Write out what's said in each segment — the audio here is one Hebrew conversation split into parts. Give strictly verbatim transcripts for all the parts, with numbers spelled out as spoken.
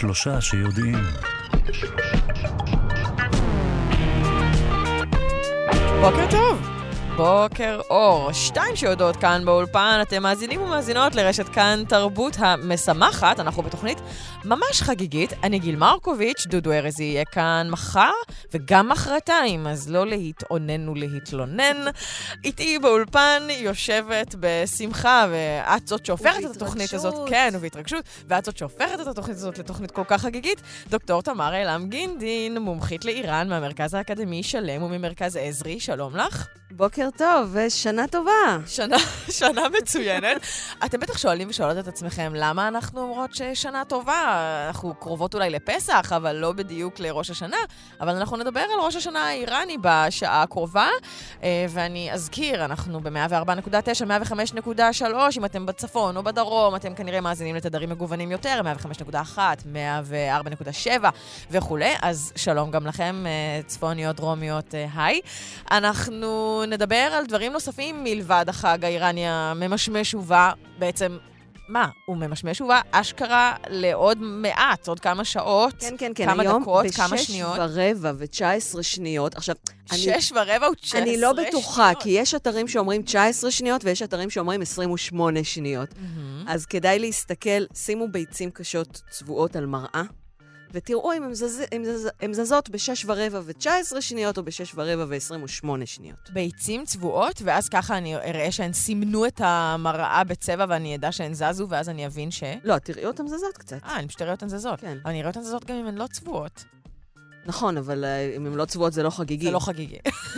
שלושה שיודעים. בוקר טוב. בוקר אור. שתיים שיודעות כאן באולפן. אתם מאזינים ומאזינות לרשת כאן תרבות המשמחת. אנחנו בתוכנית ממש חגיגית. אני גיל מרקוביץ', דודו ארז יהיה כאן מחר וגם מחרתיים, אז לא להתעונן ולהתלונן. איתי באולפן יושבת בשמחה, ואת זאת שהופכת את התוכנית הזאת, כן, ובהתרגשות, ואת זאת שהופכת את התוכנית הזאת לתוכנית כל כך חגיגית, דוקטור תמר אילם גינדין, מומחית לאיראן מהמרכז האקדמי שלם וממרכז עזרי. שלום לך. בוקר טוב, ושנה טובה. שנה, שנה מצוינת. אתם בטח שואלים ושואלות את עצמכם, למה אנחנו אומרות ששנה טובה? אנחנו קרובות אולי לפסח, אבל לא בדיוק לראש השנה. אבל אנחנו נדבר על ראש השנה האיראני בשעה הקרובה, ואני אזכיר, אנחנו ב-מאה וארבע נקודה תשע, מאה וחמש נקודה שלוש, אם אתם בצפון או בדרום, אתם כנראה מאזינים לתדרים מגוונים יותר, מאה וחמש נקודה אחת, מאה וארבע נקודה שבע וכו'. אז שלום גם לכם, צפוניות, דרומיות, היי. אנחנו נדבר על דברים נוספים מלבד החג האיראני הממשמש ובא. בעצם, מה? הוא ממשמש ובא אשכרה לעוד מעט, עוד כמה שעות, כן, כן, כן. כמה היום דקות, כמה שניות. בשש ורבע ותשע עשרה שניות. עכשיו, שש ורבע ותשע עשרה שניות. אני לא בטוחה, כי יש אתרים שאומרים תשע עשרה שניות, ויש אתרים שאומרים עשרים ושמונה שניות. אז כדאי להסתכל, שימו ביצים קשות צבועות על מראה, ותראו אם הן זזות בשש ורבע ותשע עשרה שניות, או בשש ורבע ועשרים ושמונה שניות. ביצים צבועות, ואז ככה אני אראה שהן סימנו את המראה בצבע, ואני אדע שהן זזו, ואז אני אבין ש... לא, תראי אותן זזות קצת. אה, אני פשוט אראה אותן זזות. כן. אבל אני אראה אותן זזות גם אם הן לא צבועות. נכון, אבל אם הן לא צבועות זה לא חגיגי. זה לא חגיגי.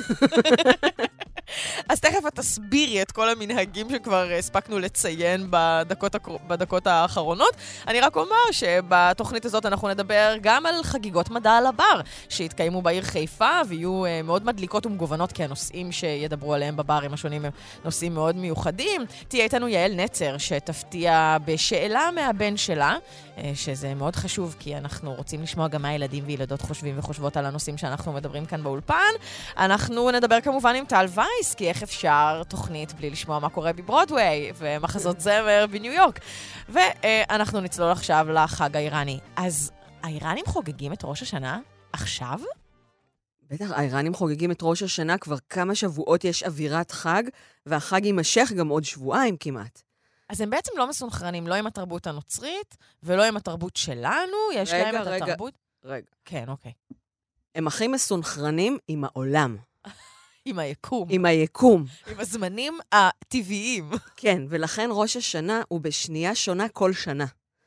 אז תכף את תסבירי את כל המנהגים שכבר הספקנו לציין בדקות, בדקות האחרונות. אני רק אומר שבתוכנית הזאת אנחנו נדבר גם על חגיגות מדע על הבר, שהתקיימו בעיר חיפה, ויהיו מאוד מדליקות ומגוונות, כי הנושאים שידברו עליהם בברים השונים הם נושאים מאוד מיוחדים. תהיה איתנו יעל נצר, שתפתיע בשאלה מהבן שלה, שזה מאוד חשוב, כי אנחנו רוצים לשמוע גם מה ילדים וילדות חושבים וחושבות על הנושאים שאנחנו מדברים כאן באולפן. אנחנו נדבר כמובן עם טל וייס, כי איך אפשר תוכנית בלי לשמוע מה קורה בברודווי ומחזות זמר בניו יורק. ואנחנו נצלול עכשיו לחג האיראני. אז האיראנים חוגגים את ראש השנה עכשיו? בטח, האיראנים חוגגים את ראש השנה, כבר כמה שבועות יש אווירת חג, והחג יימשך גם עוד שבועיים כמעט. אז הם בעצם לא מסונכרנים, לא עם התרבות הנוצרית, ולא עם התרבות שלנו, יש רגע, להם את רגע, התרבות... רגע. כן, אוקיי. הם הכי מסונכרנים עם העולם. עם היקום. עם היקום. עם הזמנים הטבעיים. כן, ולכן ראש השנה הוא בשנייה שונה כל שנה.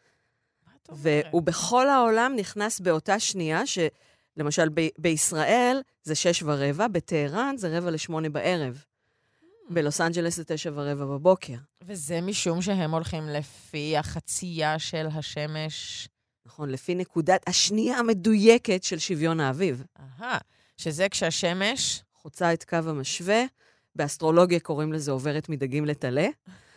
והוא בכל העולם נכנס באותה שנייה, שלמשל ב- בישראל זה שש ורבע, בטהרן זה רבע לשמונה בערב. בלוס אנג'לס זה תשע ורבע בבוקר. וזה משום שהם הולכים לפי החצייה של השמש. נכון, לפי נקודת השנייה המדויקת של שוויון האביב. אהה, שזה כשהשמש... חוצה את קו המשווה, באסטרולוגיה קוראים לזה עוברת מדגים לטלה,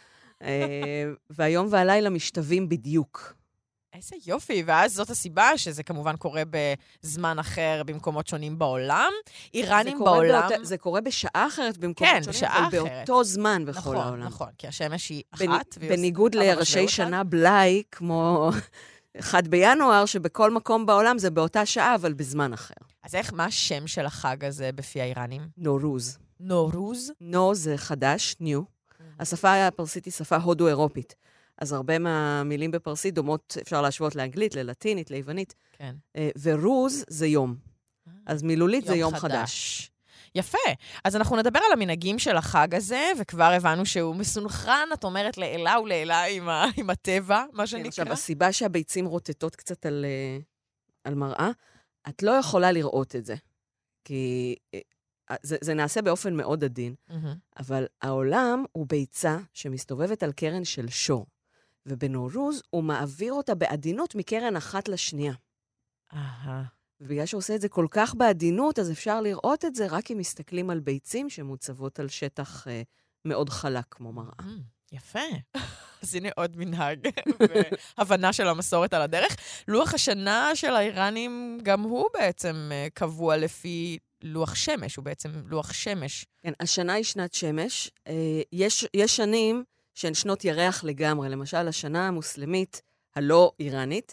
והיום והלילה משתווים בדיוק. איזה יופי, ואז זאת הסיבה שזה כמובן קורה בזמן אחר במקומות שונים בעולם. איראנים בעולם... באות... זה קורה בשעה אחרת במקומות כן, שונים, בשעה אבל אחרת. באותו זמן בכל נכון, העולם. נכון, כי השמש היא בנ... אחת. בניגוד לראשי שנה בלי, כמו אחד בינואר, שבכל מקום בעולם זה באותה שעה, אבל בזמן אחר. אז איך, מה השם של החג הזה בפי האיראנים? נורוז. נורוז? נו זה חדש, ניו. השפה הפרסית היא שפה הודו-אירופית. אז הרבה מהמילים בפרסית דומות, אפשר להשוות לאנגלית, ללטינית, ליוונית. כן. ורוז זה יום. אז מילולית זה יום חדש. יפה. אז אנחנו נדבר על המנהגים של החג הזה, וכבר הבנו שהוא מסונכרן, את אומרת, לעילה ולעילה עם, ה... עם הטבע, מה שנקרא. כן, עכשיו, הסיבה שהביצים רוטטות קצת על, על מראה, את לא יכולה לראות את זה. כי זה, זה נעשה באופן מאוד עדין, mm-hmm. אבל העולם הוא ביצה שמסתובבת על קרן של שור. ובנורוז הוא מעביר אותה בעדינות מקרן אחת לשנייה. אהה. ובגלל שהוא עושה את זה כל כך בעדינות, אז אפשר לראות את זה רק אם מסתכלים על ביצים שמוצבות על שטח אה, מאוד חלק כמו מראה. יפה. אז הנה עוד מנהג והבנה של המסורת על הדרך. לוח השנה של האיראנים גם הוא בעצם קבוע לפי לוח שמש, הוא בעצם לוח שמש. כן, השנה היא שנת שמש. יש, יש שנים שהן שנות ירח לגמרי. למשל, השנה המוסלמית הלא איראנית,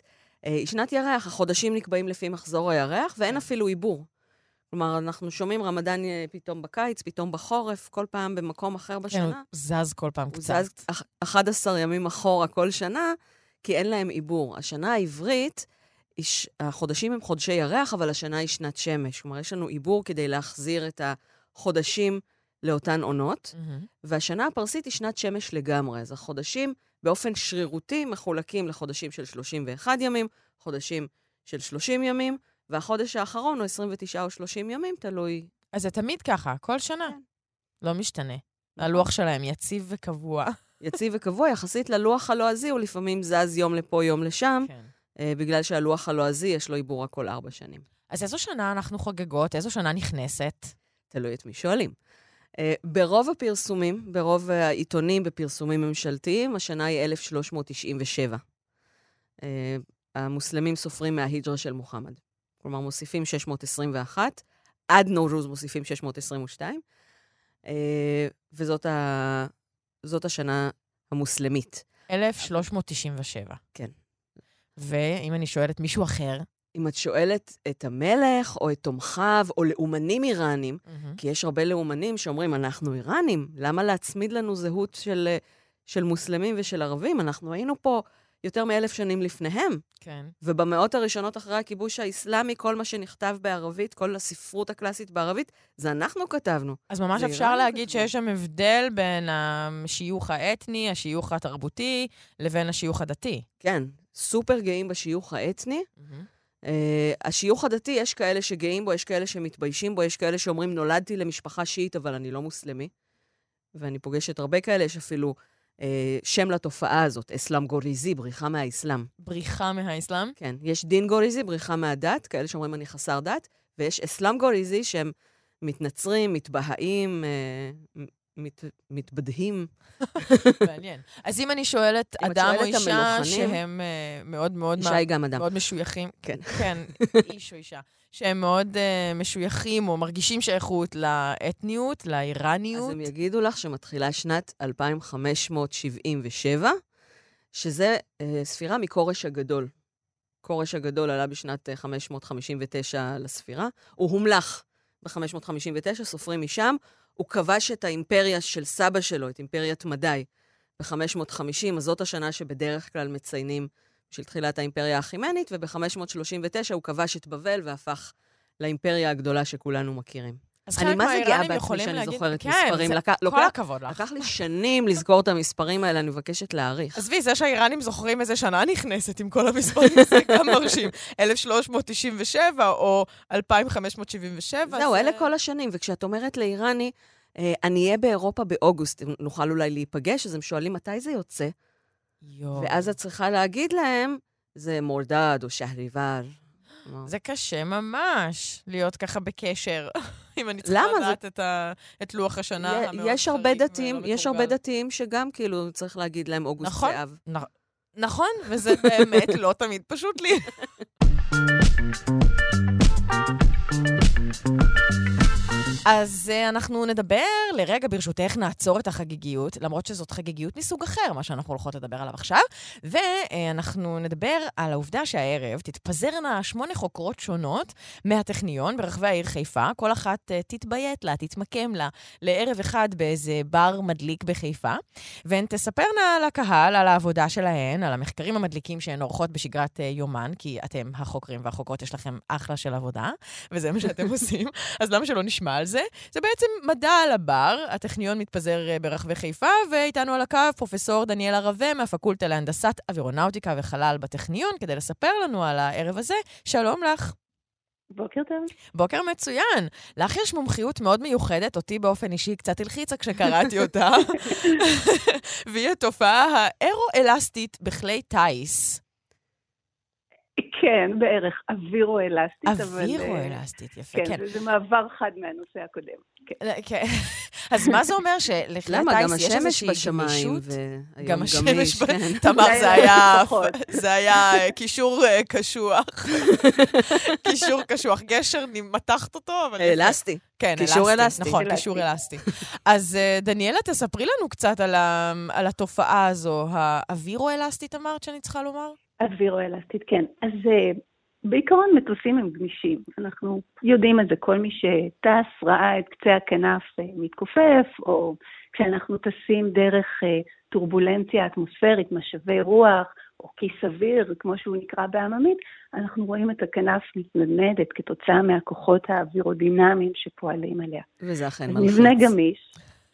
שנת ירח, החודשים נקבעים לפי מחזור הירח, ואין אפילו עיבור. כלומר, אנחנו שומעים רמדאן פתאום בקיץ, פתאום בחורף, כל פעם במקום אחר בשנה. כן, הוא זז כל פעם הוא קצת. זז אחד עשר ימים אחורה כל שנה, כי אין להם עיבור. השנה העברית, החודשים הם חודשי ירח, אבל השנה היא שנת שמש. כלומר, יש לנו עיבור כדי להחזיר את החודשים לאותן עונות, mm-hmm. והשנה הפרסית היא שנת שמש לגמרי. אז החודשים באופן שרירותי מחולקים לחודשים של שלושים ואחד ימים, חודשים של שלושים ימים, והחודש האחרון הוא עשרים ותשעה או שלושים ימים, תלוי. אז זה תמיד ככה, כל שנה. כן. לא משתנה. הלוח שלהם יציב וקבוע. יציב וקבוע, יחסית ללוח הלועזי, הוא לפעמים זז יום לפה, יום לשם, כן. uh, בגלל שהלוח הלועזי יש לו עיבור כל ארבע שנים. אז איזו שנה אנחנו חוגגות? איזו שנה נכנסת? תלוי את מי שואלים. Uh, ברוב הפרסומים, ברוב העיתונים בפרסומים ממשלתיים, השנה היא אלף שלוש מאות תשעים ושבע. Uh, המוסלמים סופרים מההיג'רה של מוחמד. כלומר, מוסיפים שש מאות עשרים ואחת, עד נורוז מוסיפים שש מאות עשרים ושתיים, וזאת ה... זאת השנה המוסלמית. אלף שלוש מאות תשעים ושבע. כן. ואם אני שואלת מישהו אחר? אם את שואלת את המלך, או את תומכיו, או לאומנים איראנים, mm-hmm. כי יש הרבה לאומנים שאומרים, אנחנו איראנים, למה להצמיד לנו זהות של, של מוסלמים ושל ערבים? אנחנו היינו פה יותר מאלף שנים לפניהם. כן. ובמאות הראשונות אחרי הכיבוש האסלאמי, כל מה שנכתב בערבית, כל הספרות הקלאסית בערבית, זה אנחנו כתבנו. אז ממש אפשר להגיד שיש שם הבדל בין השיוך האתני, השיוך התרבותי, לבין השיוך הדתי. כן, סופר גאים בשיוך האתני. Mm-hmm. Uh, השיוך הדתי, יש כאלה שגאים בו, יש כאלה שמתביישים בו, יש כאלה שאומרים, נולדתי למשפחה שיעית, אבל אני לא מוסלמי. ואני פוגשת הרבה כאלה, יש אפילו שם לתופעה הזאת, אסלאם גוריזי, בריחה מהאסלאם. בריחה מהאסלאם? כן, יש דין גוריזי, בריחה מהדת, כאלה שאומרים אני חסר דת, ויש אסלאם גוריזי שהם מתנצרים, מתבהעים, מת, מתבדהים. מעניין. אז אם אני שואלת אדם או אישה שהם מאוד מאוד אישה היא גם אדם. מאוד משויכים, כן, כן, איש או אישה, שהם מאוד uh, משויכים או מרגישים שייכות לאתניות, לאיראניות. אז הם יגידו לך שמתחילה שנת אלפיים חמש מאות שבעים ושבע, שזה uh, ספירה מקורש הגדול. קורש הגדול עלה בשנת uh, חמש מאות חמישים ותשע לספירה. הוא הומלך ב-חמש מאות חמישים ותשע, סופרים משם. הוא כבש את האימפריה של סבא שלו, את אימפריית מדי, ב-חמש מאות וחמישים, אז זאת השנה שבדרך כלל מציינים של תחילת האימפריה האחימנית, וב-חמש מאות שלושים ותשע הוא כבש את בבל והפך לאימפריה הגדולה שכולנו מכירים. אני מה זה גאה בעצמי שאני להגיד... זוכרת כן, מספרים. זה... לק... כל לוקח... הכבוד לך. לקח לי שנים לזכור את המספרים האלה, אני מבקשת להעריך. עזבי, זה שהאיראנים זוכרים איזה שנה נכנסת עם כל המספרים, זה גם מרשים. אלף שלוש מאות תשעים ושבע או אלפיים חמש מאות שבעים ושבע. זהו, זה... אלה כל השנים, וכשאת אומרת לאיראני, אני אהיה באירופה באוגוסט, נוכל אולי להיפגש, אז הם שואלים מתי זה יוצא. יו. ואז את צריכה להגיד להם, זה מורדד או שחריבר. זה קשה ממש להיות ככה בקשר, אם אני צריכה לדעת זה... את, ה... את לוח השנה המאוד חריג. יש הרבה דתיים, יש הרבה דתיים שגם כאילו צריך להגיד להם אוגוסט נכון, ואב. נ... נכון, וזה באמת לא תמיד פשוט לי. אז uh, אנחנו נדבר, לרגע ברשותך נעצור את החגיגיות, למרות שזאת חגיגיות מסוג אחר, מה שאנחנו הולכות לדבר עליו עכשיו, ואנחנו נדבר על העובדה שהערב תתפזרנה שמונה חוקרות שונות מהטכניון ברחבי העיר חיפה, כל אחת uh, תתביית לה, תתמקם לה, לערב אחד באיזה בר מדליק בחיפה, והן תספרנה לקהל על העבודה שלהן, על המחקרים המדליקים שהן עורכות בשגרת uh, יומן, כי אתם החוקרים והחוקרות יש לכם אחלה של עבודה, וזה מה שאתם עושים, אז למה שלא נשמע על זה? זה בעצם מדע על הבר, הטכניון מתפזר ברחבי חיפה, ואיתנו על הקו פרופסור דניאל ערבה מהפקולטה להנדסת אווירונאוטיקה וחלל בטכניון, כדי לספר לנו על הערב הזה. שלום לך. בוקר טוב. בוקר מצוין. לך יש מומחיות מאוד מיוחדת, אותי באופן אישי קצת הלחיצה כשקראתי אותה, והיא התופעה האירו-אלסטית בכלי טייס. כן, בערך, אווירו-אלסטית. אווירו-אלסטית, יפה, כן. כן, זה מעבר חד מהנושא הקודם. כן. אז מה זה אומר שלכלי טייס יש איזושהי גמישות? גם השמש בשמיים, תמר, זה היה קישור קשוח. קישור קשוח. גשר, מתחת אותו, אבל... אלסטי. כן, קישור אלסטי. נכון, קישור אלסטי. אז דניאלה, תספרי לנו קצת על התופעה הזו, האווירו-אלסטית אמרת שאני צריכה לומר? אווירואלסטית, כן. אז בעיקרון מטוסים הם גמישים. אנחנו יודעים את זה, כל מי שטס ראה את קצה הכנף מתכופף, או כשאנחנו טסים דרך טורבולנציה אטמוספרית, משאבי רוח, או כיס אוויר, כמו שהוא נקרא בעממית, אנחנו רואים את הכנף מתנדנדת כתוצאה מהכוחות האווירודינמיים שפועלים עליה. וזה אכן מלחיץ. מבנה גמיש,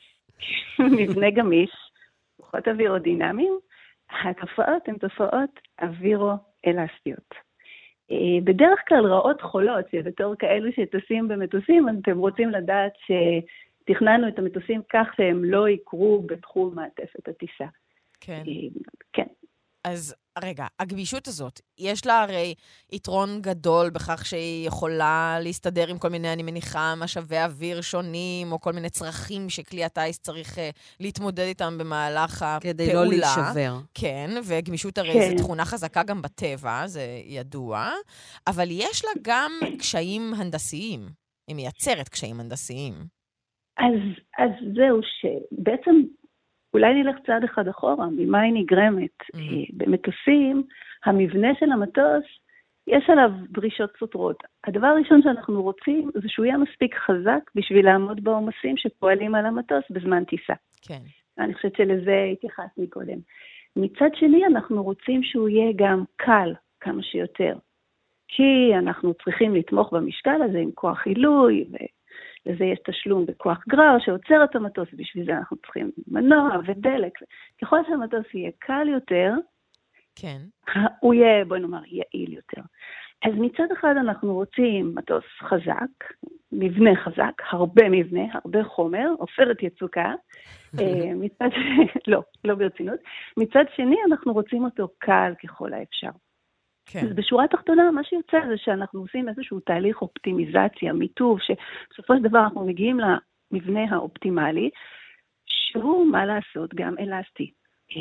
מבנה גמיש, כוחות אווירודינמיים, התופעות הן תופעות אווירואלסטיות. בדרך כלל רעות חולות, שבתור כאלו שטסים במטוסים, אתם רוצים לדעת שתכננו את המטוסים כך שהם לא יקרו בתחום מעטפת הטיסה. כן. כן. אז רגע, הגמישות הזאת, יש לה הרי יתרון גדול בכך שהיא יכולה להסתדר עם כל מיני, אני מניחה, משאבי אוויר שונים, או כל מיני צרכים שכלי הטייס צריך uh, להתמודד איתם במהלך הפעולה. כדי לא להישבר. כן, וגמישות הרי כן. זו תכונה חזקה גם בטבע, זה ידוע, אבל יש לה גם קשיים הנדסיים. היא מייצרת קשיים הנדסיים. אז, אז זהו שבעצם... אולי נלך צעד אחד אחורה, ממה היא נגרמת. Mm-hmm. במטוסים, המבנה של המטוס, יש עליו דרישות סותרות. הדבר הראשון שאנחנו רוצים, זה שהוא יהיה מספיק חזק בשביל לעמוד בעומסים שפועלים על המטוס בזמן טיסה. כן. אני חושבת שלזה התייחסת מקודם. מצד שני, אנחנו רוצים שהוא יהיה גם קל כמה שיותר. כי אנחנו צריכים לתמוך במשקל הזה עם כוח עילוי ו... לזה יש תשלום בכוח גרר שעוצר את המטוס, בשביל זה אנחנו צריכים מנוע ודלק. ככל שהמטוס יהיה קל יותר, כן. הוא יהיה, בואי נאמר, יעיל יותר. אז מצד אחד אנחנו רוצים מטוס חזק, מבנה חזק, הרבה מבנה, הרבה חומר, עופרת יצוקה, מצד, לא, לא ברצינות. מצד שני אנחנו רוצים אותו קל ככל האפשר. כן. אז בשורה התחתונה, מה שיוצא זה שאנחנו עושים איזשהו תהליך אופטימיזציה, מיטוב, שבסופו של דבר אנחנו מגיעים למבנה האופטימלי, שהוא, מה לעשות, גם אלסטי.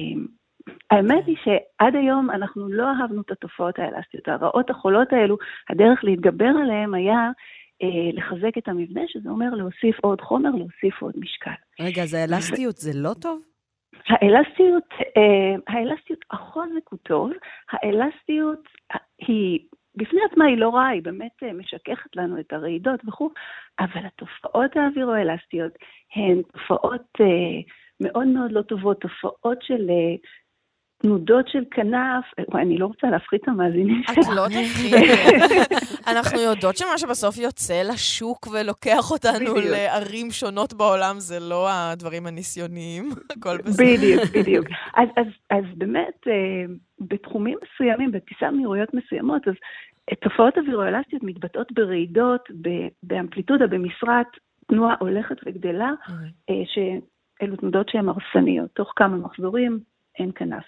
האמת היא שעד היום אנחנו לא אהבנו את התופעות האלסטיות. הרעות החולות האלו, הדרך להתגבר עליהם היה אה, לחזק את המבנה, שזה אומר להוסיף עוד חומר, להוסיף עוד משקל. רגע, אז האלסטיות ו... זה לא טוב? האלסטיות, אה, האלסטיות, החוזק הוא טוב, האלסטיות היא, בפני עצמה היא לא רעה, היא באמת אה, משככת לנו את הרעידות וכו', אבל התופעות האווירואלסטיות הן תופעות אה, מאוד מאוד לא טובות, תופעות של... אה, תנודות של כנף, אני לא רוצה להפחית את המאזינים שלנו. את לא תפחית. אנחנו יודעות שמה שבסוף יוצא לשוק ולוקח אותנו לערים שונות בעולם, זה לא הדברים הניסיוניים, הכל בסדר. בדיוק, בדיוק. אז, אז, אז באמת, בתחומים מסוימים, בטיסה מהירויות מסוימות, אז תופעות אווירואלסטיות מתבטאות ברעידות, באמפליטודה, במשרת תנועה הולכת וגדלה, שאלו תנודות שהן הרסניות. תוך כמה מחזורים, אין כנף.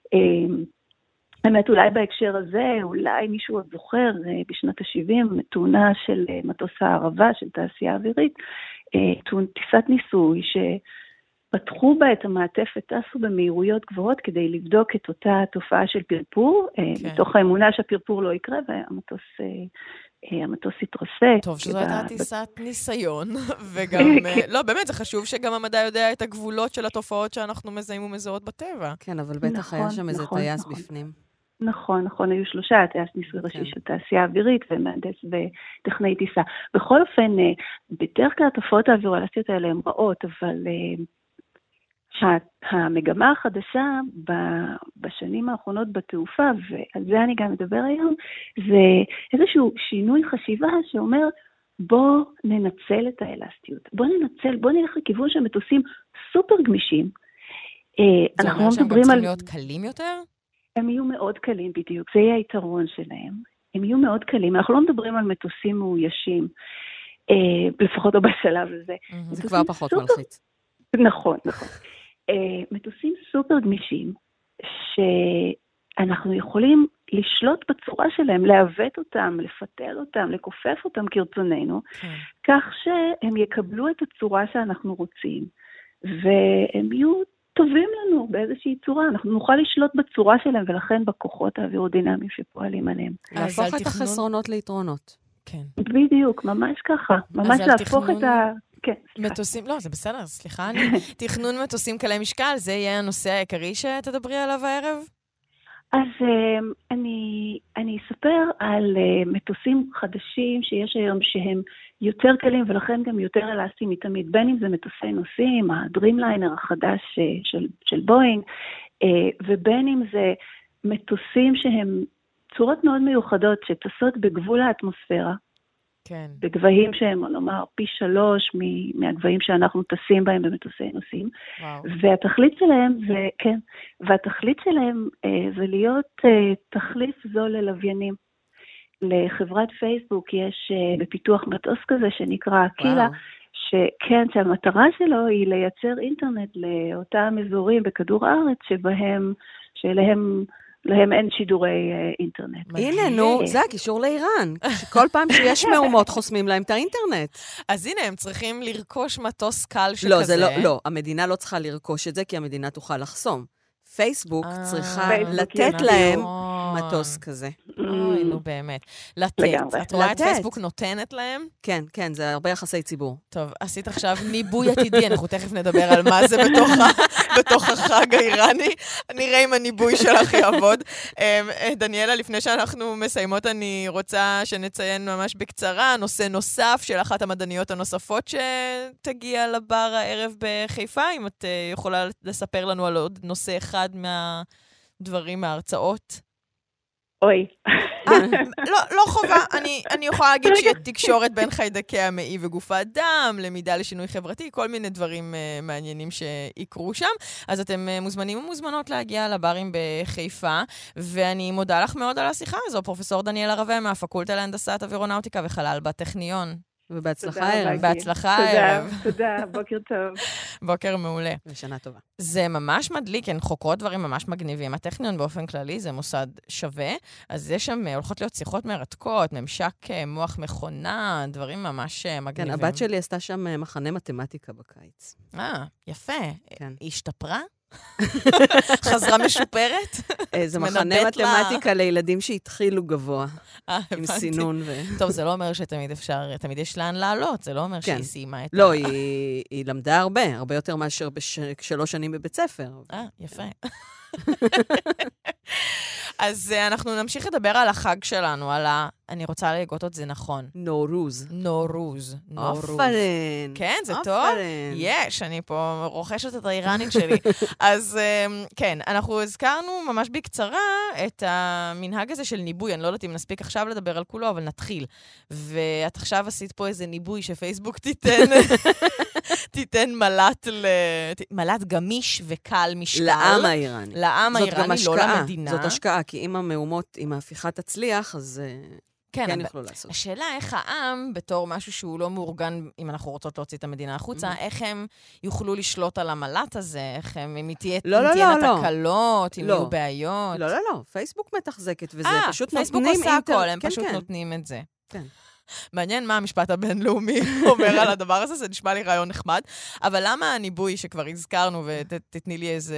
באמת, אולי בהקשר הזה, אולי מישהו עוד זוכר, בשנת ה-שבעים, תאונה של מטוס הערבה, של תעשייה אווירית, טיסת ניסוי, שפתחו בה את המעטפת, טסו במהירויות גבוהות, כדי לבדוק את אותה תופעה של פרפור, כן. מתוך האמונה שהפרפור לא יקרה, והמטוס... המטוס התרסק. טוב, שזו הייתה טיסת ניסיון, וגם, לא, באמת, זה חשוב שגם המדע יודע את הגבולות של התופעות שאנחנו מזהים ומזהות בטבע. כן, אבל בטח היה שם איזה טייס בפנים. נכון, נכון, היו שלושה, טייס ניסוי ראשי של תעשייה אווירית, ומהנדס וטכנאי טיסה. בכל אופן, בדרך כלל התופעות האווירואלסטיות האלה הן רעות, אבל... המגמה החדשה בשנים האחרונות בתעופה, ועל זה אני גם מדבר היום, זה איזשהו שינוי חשיבה שאומר, בוא ננצל את האלסטיות, בוא ננצל, בוא נלך לכיוון של מטוסים סופר גמישים. זה אומר שהם גם צריכים להיות קלים יותר? הם יהיו מאוד קלים בדיוק, זה יהיה היתרון שלהם. הם יהיו מאוד קלים, אנחנו לא מדברים על מטוסים מאוישים, לפחות לא בשלב הזה. זה כבר פחות מלחיץ. נכון, נכון. מטוסים סופר גמישים, שאנחנו יכולים לשלוט בצורה שלהם, לעוות אותם, לפתל אותם, לכופף אותם כרצוננו, כך שהם יקבלו את הצורה שאנחנו רוצים, והם יהיו טובים לנו באיזושהי צורה, אנחנו נוכל לשלוט בצורה שלהם, ולכן בכוחות האווירודינמיים שפועלים עליהם. להפוך את החסרונות ליתרונות. כן. בדיוק, ממש ככה, ממש להפוך את ה... כן, מטוסים, לא, זה בסדר, סליחה, אני, תכנון מטוסים קלי משקל, זה יהיה הנושא העיקרי שתדברי עליו הערב? אז אני, אני אספר על מטוסים חדשים שיש היום שהם יותר קלים ולכן גם יותר אלסטיים מתמיד, בין אם זה מטוסי נוסעים, הדרימליינר החדש של, של בואינג, ובין אם זה מטוסים שהם צורות מאוד מיוחדות שטסות בגבול האטמוספירה, כן. בגבהים שהם, נאמר, פי שלוש מהגבהים שאנחנו טסים בהם במטוסי נוסעים. וואו. והתכלית שלהם זה, כן, והתכלית שלהם אה, זה להיות אה, תחליף זול ללוויינים. לחברת פייסבוק יש אה, בפיתוח מטוס כזה שנקרא קילה, שכן, שהמטרה שלו היא לייצר אינטרנט לאותם אזורים בכדור הארץ שבהם, שאליהם להם אין שידורי uh, אינטרנט. הנה, נו, זה הקישור לאיראן. כל פעם שיש מהומות חוסמים להם את האינטרנט. אז הנה, הם צריכים לרכוש מטוס קל שכזה. לא, זה לא, לא. המדינה לא צריכה לרכוש את זה, כי המדינה תוכל לחסום. פייסבוק צריכה לתת להם מטוס כזה. אוי, נו באמת. לתת. את רואה את פייסבוק נותנת להם? כן, כן, זה הרבה יחסי ציבור. טוב, עשית עכשיו ניבוי עתידי, אנחנו תכף נדבר על מה זה בתוך החג האיראני. נראה אם הניבוי שלך יעבוד. דניאלה, לפני שאנחנו מסיימות, אני רוצה שנציין ממש בקצרה, נושא נוסף של אחת המדעניות הנוספות שתגיע לבר הערב בחיפה, אם את יכולה לספר לנו על עוד נושא אחד מהדברים, מההרצאות. אוי. לא, לא חובה. אני, אני יכולה להגיד שיהיה תקשורת בין חיידקי המעי וגוף האדם, למידה לשינוי חברתי, כל מיני דברים uh, מעניינים שיקרו שם. אז אתם uh, מוזמנים ומוזמנות להגיע לברים בחיפה, ואני מודה לך מאוד על השיחה הזו, פרופסור דניאלה רווה מהפקולטה להנדסת אווירונאוטיקה וחלל בטכניון. ובהצלחה הערב. בהצלחה הערב. תודה, בוקר טוב. בוקר מעולה. ושנה טובה. זה ממש מדליק, הן חוקרות דברים ממש מגניבים. הטכניון באופן כללי זה מוסד שווה, אז יש שם, הולכות להיות שיחות מרתקות, ממשק מוח מכונה, דברים ממש מגניבים. כן, הבת שלי עשתה שם מחנה מתמטיקה בקיץ. אה, יפה. כן. היא השתפרה? חזרה משופרת? זה מחנה מתמטיקה לילדים שהתחילו גבוה, עם סינון ו... טוב, זה לא אומר שתמיד אפשר, תמיד יש לאן לעלות, זה לא אומר שהיא סיימה את... לא, היא למדה הרבה, הרבה יותר מאשר בשלוש שנים בבית ספר. אה, יפה. אז אנחנו נמשיך לדבר על החג שלנו, על ה... אני רוצה להגות את זה נכון. נורוז. נורוז. אופלן. כן, זה טוב? יש, אני פה רוכשת את האיראנית שלי. אז כן, אנחנו הזכרנו ממש בקצרה את המנהג הזה של ניבוי. אני לא יודעת אם נספיק עכשיו לדבר על כולו, אבל נתחיל. ואת עכשיו עשית פה איזה ניבוי שפייסבוק תיתן... תיתן מלט, ל... מלט גמיש וקל משקל. לעם האיראני. לעם האיראני, לא למדינה. זאת השקעה, כי אם המהומות, אם ההפיכה תצליח, אז כן, כן יוכלו לעשות. השאלה איך העם, בתור משהו שהוא לא מאורגן, אם אנחנו רוצות להוציא את המדינה החוצה, איך הם יוכלו לשלוט על המלט הזה? איך הם, אם תהיינה תקלות, אם יהיו בעיות? לא, לא, לא. פייסבוק מתחזקת, וזה פשוט נותנים... פייסבוק עושה הכל, הם פשוט נותנים את זה. כן. מעניין מה המשפט הבינלאומי אומר על הדבר הזה, זה נשמע לי רעיון נחמד. אבל למה הניבוי שכבר הזכרנו, ותתני לי איזה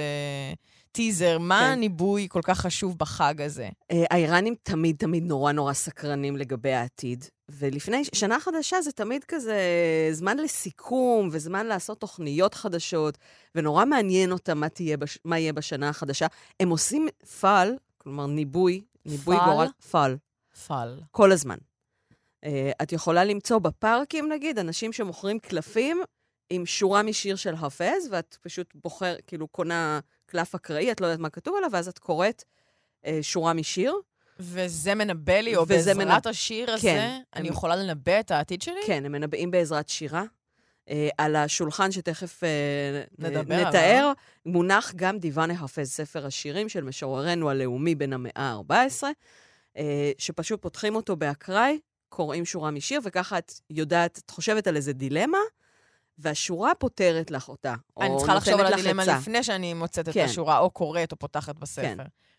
טיזר, מה הניבוי כל כך חשוב בחג הזה? האיראנים תמיד תמיד נורא נורא סקרנים לגבי העתיד, ולפני שנה חדשה זה תמיד כזה זמן לסיכום, וזמן לעשות תוכניות חדשות, ונורא מעניין אותם מה תהיה, מה יהיה בשנה החדשה. הם עושים פל, כלומר ניבוי, ניבוי גורל, פל. פל. כל הזמן. Uh, את יכולה למצוא בפארקים, נגיד, אנשים שמוכרים קלפים עם שורה משיר של חפז, ואת פשוט בוחר, כאילו, קונה קלף אקראי, את לא יודעת מה כתוב עליו, ואז את קוראת uh, שורה משיר. וזה מנבא לי, או בעזרת מנב... השיר הזה, כן, אני הם... יכולה לנבא את העתיד שלי? כן, הם מנבאים בעזרת שירה. Uh, על השולחן שתכף uh, נתאר, עליו. מונח גם דיוואנה חפז, ספר השירים של משוררנו הלאומי בין המאה ה-ארבע עשרה, uh, שפשוט פותחים אותו באקראי, קוראים שורה משיר, וככה את יודעת, את חושבת על איזה דילמה, והשורה פותרת לך אותה. אני צריכה לחשוב על הדילמה לפני שאני מוצאת את השורה, או קוראת או פותחת בספר.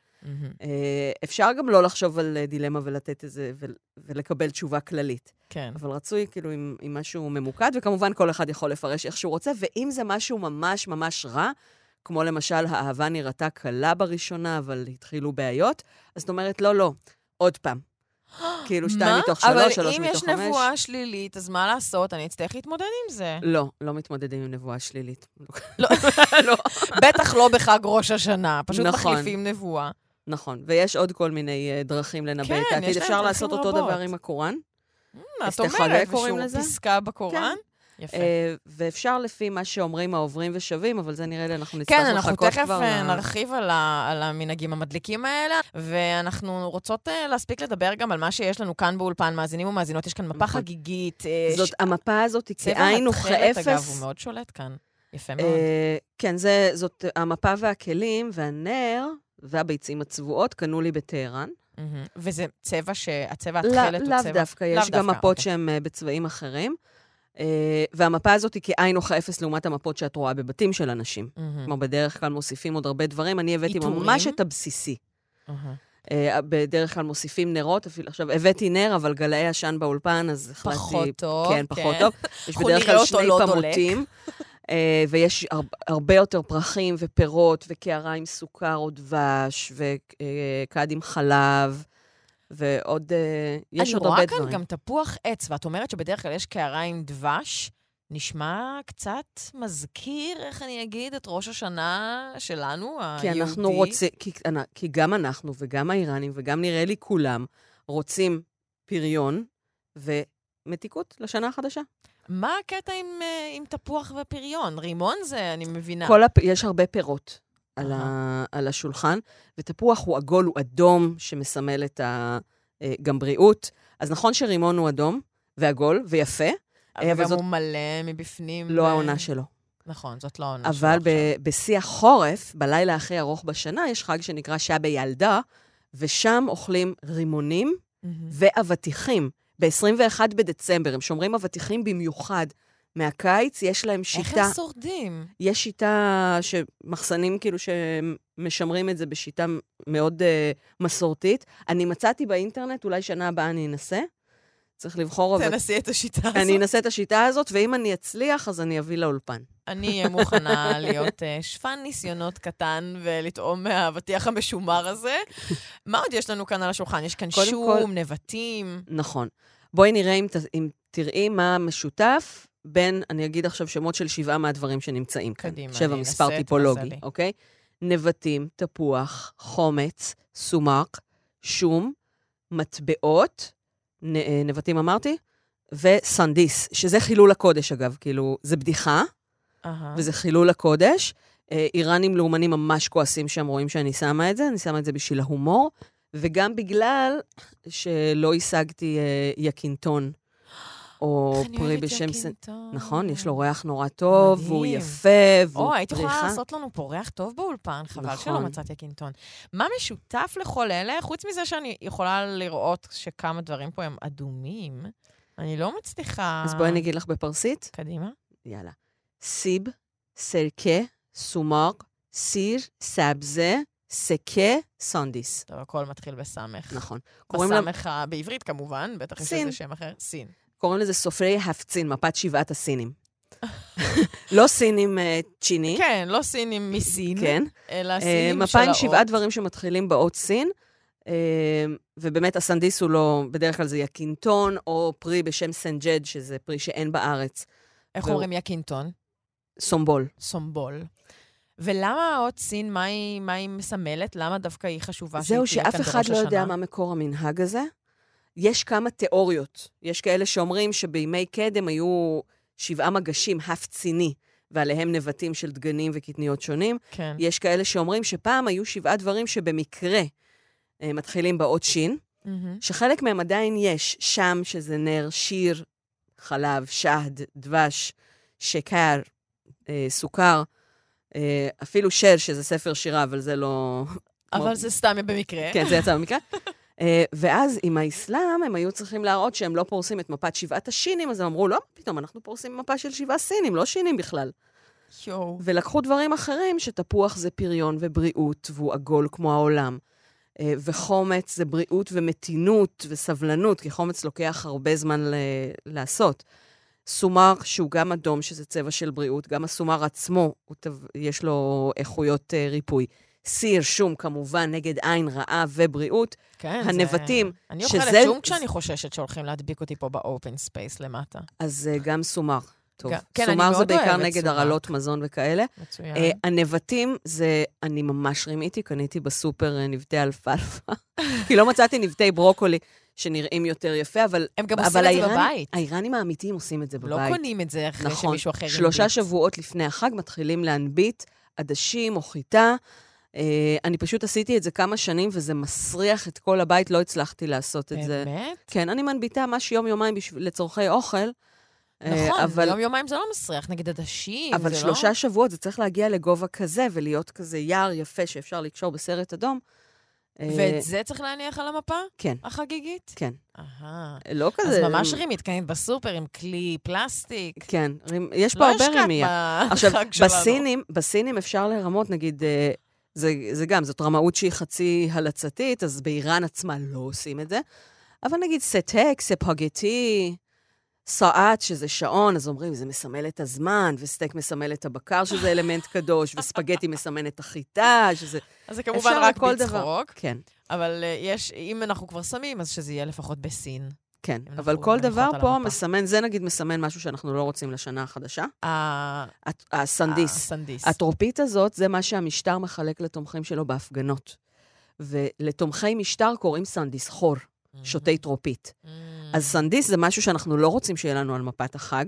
אפשר גם לא לחשוב על דילמה ולתת איזה, ולקבל תשובה כללית. כן. אבל רצוי כאילו עם משהו ממוקד, וכמובן כל אחד יכול לפרש איך שהוא רוצה, ואם זה משהו ממש ממש רע, כמו למשל, האהבה נראתה קלה בראשונה, אבל התחילו בעיות, אז זאת אומרת, לא, לא, עוד פעם. כאילו שתיים מתוך שלוש, שלוש מתוך חמש. אבל אם יש נבואה שלילית, אז מה לעשות? אני אצטרך להתמודד עם זה. לא, לא מתמודדים עם נבואה שלילית. בטח לא בחג ראש השנה, פשוט מחליפים נבואה. נכון, ויש עוד כל מיני uh, דרכים לנבא את העתיד. אפשר לעשות אותו דבר עם הקוראן. את אומרת, ושהוא פסקה בקוראן. יפה. ואפשר לפי מה שאומרים העוברים ושווים, אבל זה נראה לי, אנחנו נצטרך לחכות כבר. כן, אנחנו תכף נרחיב על המנהגים המדליקים האלה, ואנחנו רוצות להספיק לדבר גם על מה שיש לנו כאן באולפן, מאזינים ומאזינות, יש כאן מפה חגיגית. זאת, המפה הזאת היא כעין וכאפס. צבע התחלת, אגב, הוא מאוד שולט כאן. יפה מאוד. כן, זאת המפה והכלים, והנר, והביצים הצבועות, קנו לי בטהרן. וזה צבע שהצבע התחלת הוא צבע? לאו דווקא, יש גם מפות שהן בצבעים אחרים. Uh, והמפה הזאת היא כאין או כאפס לעומת המפות שאת רואה בבתים של אנשים. Mm-hmm. כמו בדרך כלל מוסיפים עוד הרבה דברים, אני הבאתי איתורים? ממש את הבסיסי. Mm-hmm. Uh, בדרך כלל מוסיפים נרות, אפילו עכשיו הבאתי נר, אבל גלאי עשן באולפן, אז החלטתי... פחות טוב. כן, פחות כן. טוב. יש בדרך כלל שני לא פמוטים, uh, ויש הר, הרבה יותר פרחים ופירות, וקערה עם סוכר או דבש, וקעד עם חלב, ועוד, יש עוד הרבה דברים. אני רואה כאן גם תפוח עץ, ואת אומרת שבדרך כלל יש קערה עם דבש, נשמע קצת מזכיר, איך אני אגיד, את ראש השנה שלנו, כי היהודי. אנחנו רוצים, כי, כי גם אנחנו וגם האיראנים, וגם נראה לי כולם, רוצים פריון ומתיקות לשנה החדשה. מה הקטע עם, עם תפוח ופריון? רימון זה, אני מבינה. כל הפ... יש הרבה פירות. על, ה, על השולחן, ותפוח הוא עגול, הוא אדום, שמסמל את ה, גם בריאות. אז נכון שרימון הוא אדום, ועגול, ויפה. אבל, אבל גם זאת... הוא מלא מבפנים. לא ו... העונה שלו. נכון, זאת לא העונה שלו. אבל ב- בשיא החורף, בלילה הכי ארוך בשנה, יש חג שנקרא שעה ילדה, ושם אוכלים רימונים mm-hmm. ואבטיחים. ב-עשרים ואחד בדצמבר, הם שומרים אבטיחים במיוחד. מהקיץ יש להם שיטה... איך הם שורדים? יש שיטה שמחסנים כאילו שמשמרים את זה בשיטה מאוד uh, מסורתית. אני מצאתי באינטרנט, אולי שנה הבאה אני אנסה. צריך לבחור... תנסי את השיטה הזאת. אני אנסה את השיטה הזאת, ואם אני אצליח, אז אני אביא לאולפן. אני אהיה מוכנה להיות uh, שפן ניסיונות קטן ולטעום מהאבטיח המשומר הזה. מה עוד יש לנו כאן על השולחן? יש כאן שום, כל... נבטים. נכון. בואי נראה אם, ת... אם תראי מה משותף בין, אני אגיד עכשיו שמות של שבעה מהדברים שנמצאים כאן. קדימה, שבע מספר טיפולוגי, אוקיי? נבטים, תפוח, חומץ, סומק, שום, מטבעות, נ, נבטים אמרתי, וסנדיס, שזה חילול הקודש אגב, כאילו, זה בדיחה, uh-huh. וזה חילול הקודש. איראנים לאומנים ממש כועסים שהם רואים שאני שמה את זה, אני שמה את זה בשביל ההומור, וגם בגלל שלא השגתי יקינטון, או פרי בשם... נכון, יש לו ריח נורא טוב, והוא יפה, והוא פריחה. או, היית יכולה לעשות לנו פה ריח טוב באולפן, חבל שלא מצאת יקינטון. מה משותף לכל אלה? חוץ מזה שאני יכולה לראות שכמה דברים פה הם אדומים, אני לא מצליחה... אז בואי נגיד לך בפרסית. קדימה. יאללה. סיב, סרקה, סומק, סיר, סבזה, סקה, סנדיס. טוב, הכל מתחיל בסמך. נכון. בסמך בעברית כמובן, בטח יש איזה שם אחר. סין. קוראים לזה סופרי הפצין, מפת שבעת הסינים. לא סינים צ'יני. כן, לא סינים מסין, כן. אלא סינים של מפה עם האות. שבעה דברים שמתחילים באות סין, ובאמת הסנדיס הוא לא, בדרך כלל זה יקינטון, או פרי בשם סנג'ד, שזה פרי שאין בארץ. איך אומרים יקינטון? סומבול. סומבול. ולמה האות סין, מה היא, מה היא מסמלת? למה דווקא היא חשובה? זהו, שאף אחד לא יודע מה מקור המנהג הזה. יש כמה תיאוריות. יש כאלה שאומרים שבימי קדם היו שבעה מגשים הפציני, ועליהם נבטים של דגנים וקטניות שונים. כן. יש כאלה שאומרים שפעם היו שבעה דברים שבמקרה אה, מתחילים באות שין, mm-hmm. שחלק מהם עדיין יש, שם שזה נר, שיר, חלב, שחד, דבש, שקר, אה, סוכר, אה, אפילו שר, שזה ספר שירה, אבל זה לא... אבל כמו... זה סתם במקרה. כן, זה יצא במקרה. Uh, ואז עם האסלאם הם היו צריכים להראות שהם לא פורסים את מפת שבעת השינים, אז הם אמרו, לא, פתאום אנחנו פורסים מפה של שבעה סינים, לא שינים בכלל. יו. ולקחו דברים אחרים, שתפוח זה פריון ובריאות, והוא עגול כמו העולם. Uh, וחומץ זה בריאות ומתינות וסבלנות, כי חומץ לוקח הרבה זמן ל- לעשות. סומר, שהוא גם אדום, שזה צבע של בריאות, גם הסומר עצמו, יש לו איכויות uh, ריפוי. סיר, שום, כמובן, נגד עין רעה ובריאות. כן, הנבטים, זה... אני אוכלת שזה... שום כשאני חוששת שהולכים להדביק אותי פה באופן ספייס למטה. אז uh, גם סומר. טוב. כן, סומר זה בעיקר נגד הרעלות מזון וכאלה. מצוין. הנבטים זה, אני ממש רימיתי, קניתי בסופר נבטי אלפלפה. כי לא מצאתי נבטי ברוקולי שנראים יותר יפה, אבל... הם גם עושים את זה בבית. האיראנים האמיתיים עושים את זה בבית. לא קונים את זה אחרי שמישהו אחר ינביט. שלושה שבועות לפני החג מתחילים להנביט עדשים או חיטה. אני פשוט עשיתי את זה כמה שנים, וזה מסריח את כל הבית, לא הצלחתי לעשות את זה. באמת? כן, אני מנביטה ממש יום-יומיים לצורכי אוכל. נכון, אבל... יום-יומיים זה לא מסריח, נגיד עדשים, אבל זה שלושה לא... שבועות זה צריך להגיע לגובה כזה, ולהיות כזה יער יפה שאפשר לקשור בסרט אדום. ואת זה צריך להניח על המפה? כן. החגיגית? כן. אהה. לא כזה... אז ממש רימית, קנית בסופר עם כלי פלסטיק. כן, יש פה הרבה רימיה. לא השקעת בחג שלנו. עכשיו, בסינים, בסינים אפשר לרמות, נגיד, זה, זה גם, זאת רמאות שהיא חצי הלצתית, אז באיראן עצמה לא עושים את זה. אבל נגיד סטק, ספגטי, סעת, שזה שעון, אז אומרים, זה מסמל את הזמן, וסטק מסמל את הבקר, שזה אלמנט קדוש, וספגטי מסמן את החיטה, שזה... אז זה כמובן רק בצחוק. דבר. כן. אבל uh, יש, אם אנחנו כבר שמים, אז שזה יהיה לפחות בסין. כן, אבל כל דבר פה מסמן, זה נגיד מסמן משהו שאנחנו לא רוצים לשנה החדשה. הסנדיס. הסנדיס. הטרופית הזאת, זה מה שהמשטר מחלק לתומכים שלו בהפגנות. ולתומכי משטר קוראים סנדיס חור, שותי טרופית. אז סנדיס זה משהו שאנחנו לא רוצים שיהיה לנו על מפת החג,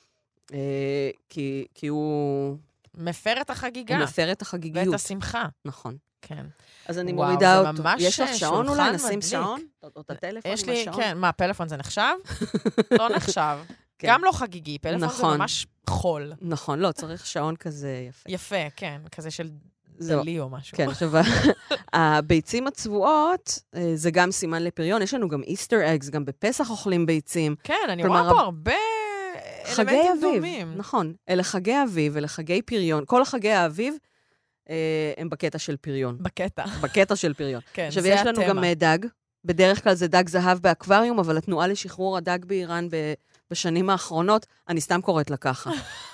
כי, כי הוא... מפר את החגיגה. הוא מפר את החגיגיות. ואת השמחה. נכון. כן. אז אני מורידה אותו. יש לך שעון אולי? נשים שעון? או את הטלפון עם השעון? כן, מה, פלאפון זה נחשב? לא נחשב. גם לא חגיגי, פלאפון זה ממש חול. נכון, לא, צריך שעון כזה יפה. יפה, כן, כזה של דלי או משהו. כן, עכשיו, הביצים הצבועות, זה גם סימן לפריון, יש לנו גם איסטר אגס, גם בפסח אוכלים ביצים. כן, אני רואה פה הרבה אלמנטים דומים. נכון, אלה חגי אביב, אלה חגי פריון. כל החגי האביב הם בקטע של פריון. בקטע. בקטע של פריון. כן, עכשיו, יש לנו גם דג. בדרך כלל זה דג זהב באקווריום, אבל התנועה לשחרור הדג באיראן בשנים האחרונות, אני סתם קוראת לה ככה.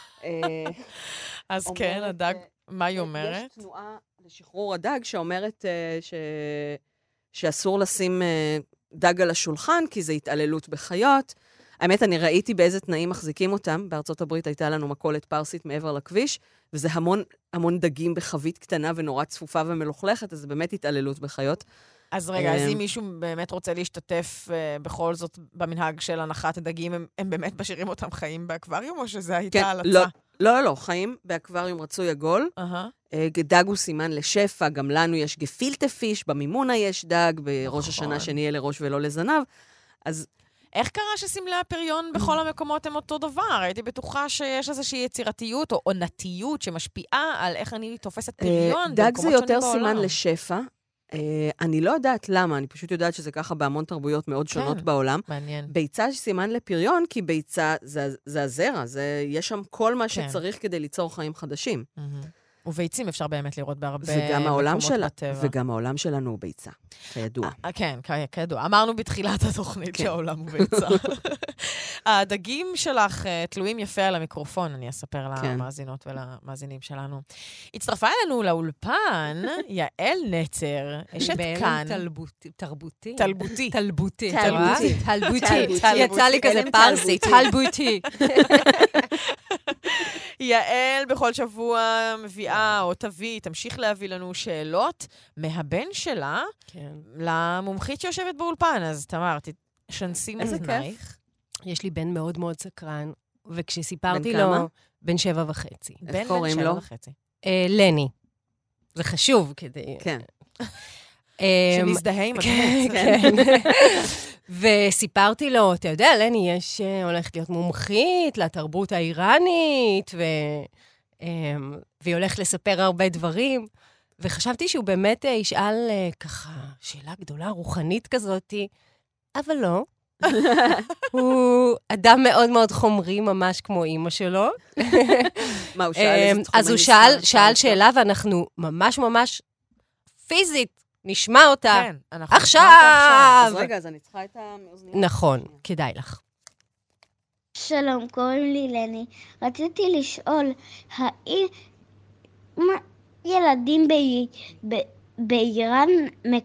אז כן, הדג, מה היא אומרת? יש תנועה לשחרור הדג שאומרת שאסור לשים דג על השולחן, כי זה התעללות בחיות. האמת, אני ראיתי באיזה תנאים מחזיקים אותם. בארצות הברית הייתה לנו מכולת פרסית מעבר לכביש, וזה המון, המון דגים בחבית קטנה ונורא צפופה ומלוכלכת, אז זה באמת התעללות בחיות. אז רגע, אז אם מישהו באמת רוצה להשתתף בכל זאת במנהג של הנחת הדגים, הם, הם באמת משאירים אותם חיים באקווריום, או שזה הייתה הלצה? לא, לא, לא, חיים באקווריום רצוי עגול. דג הוא סימן לשפע, גם לנו יש גפילטה פיש, במימונה יש דג, בראש השנה שנהיה לראש ולא לזנב. אז... איך קרה שסמלי הפריון בכל המקומות הם אותו דבר? הייתי בטוחה שיש איזושהי יצירתיות או עונתיות שמשפיעה על איך אני תופסת פריון דג זה יותר סימן לשפע. אני לא יודעת למה, אני פשוט יודעת שזה ככה בהמון תרבויות מאוד שונות בעולם. מעניין. ביצה יש סימן לפריון, כי ביצה זה הזרע, יש שם כל מה שצריך כדי ליצור חיים חדשים. וביצים אפשר באמת לראות בהרבה מקומות בטבע. וגם העולם שלנו הוא ביצה, כידוע. כן, כידוע. אמרנו בתחילת התוכנית שהעולם הוא ביצה. הדגים שלך תלויים יפה על המיקרופון, אני אספר למאזינות ולמאזינים שלנו. הצטרפה אלינו לאולפן, יעל נצר, אשת כאן. תרבותי. תרבותי. תלבותי. תלבותי. תלבותי. יצא לי כזה פרסי, תלבותי. יעל בכל שבוע מביאה או תביא, תמשיך להביא לנו שאלות מהבן שלה למומחית שיושבת באולפן. אז תמר, שנסים אוזנייך. יש לי בן מאוד מאוד סקרן, וכשסיפרתי לו, בן שבע וחצי. איך קוראים לו? לני. זה חשוב כדי... כן. שנזדהה עם הדמות. כן. וסיפרתי לו, אתה יודע, לני, יש הולכת להיות מומחית לתרבות האיראנית, והיא הולכת לספר הרבה דברים, וחשבתי שהוא באמת ישאל ככה שאלה גדולה, רוחנית כזאת, אבל לא. הוא אדם מאוד מאוד חומרי, ממש כמו אימא שלו. מה, הוא שאל איזה תחומי אז הוא שאל, שאל שאלה, ואנחנו ממש ממש פיזית נשמע אותה. כן, אנחנו עכשיו. אז רגע, אז אני צריכה את האוזניות. נכון, כדאי לך. שלום, קוראים לי לני. רציתי לשאול, האם ילדים באיראן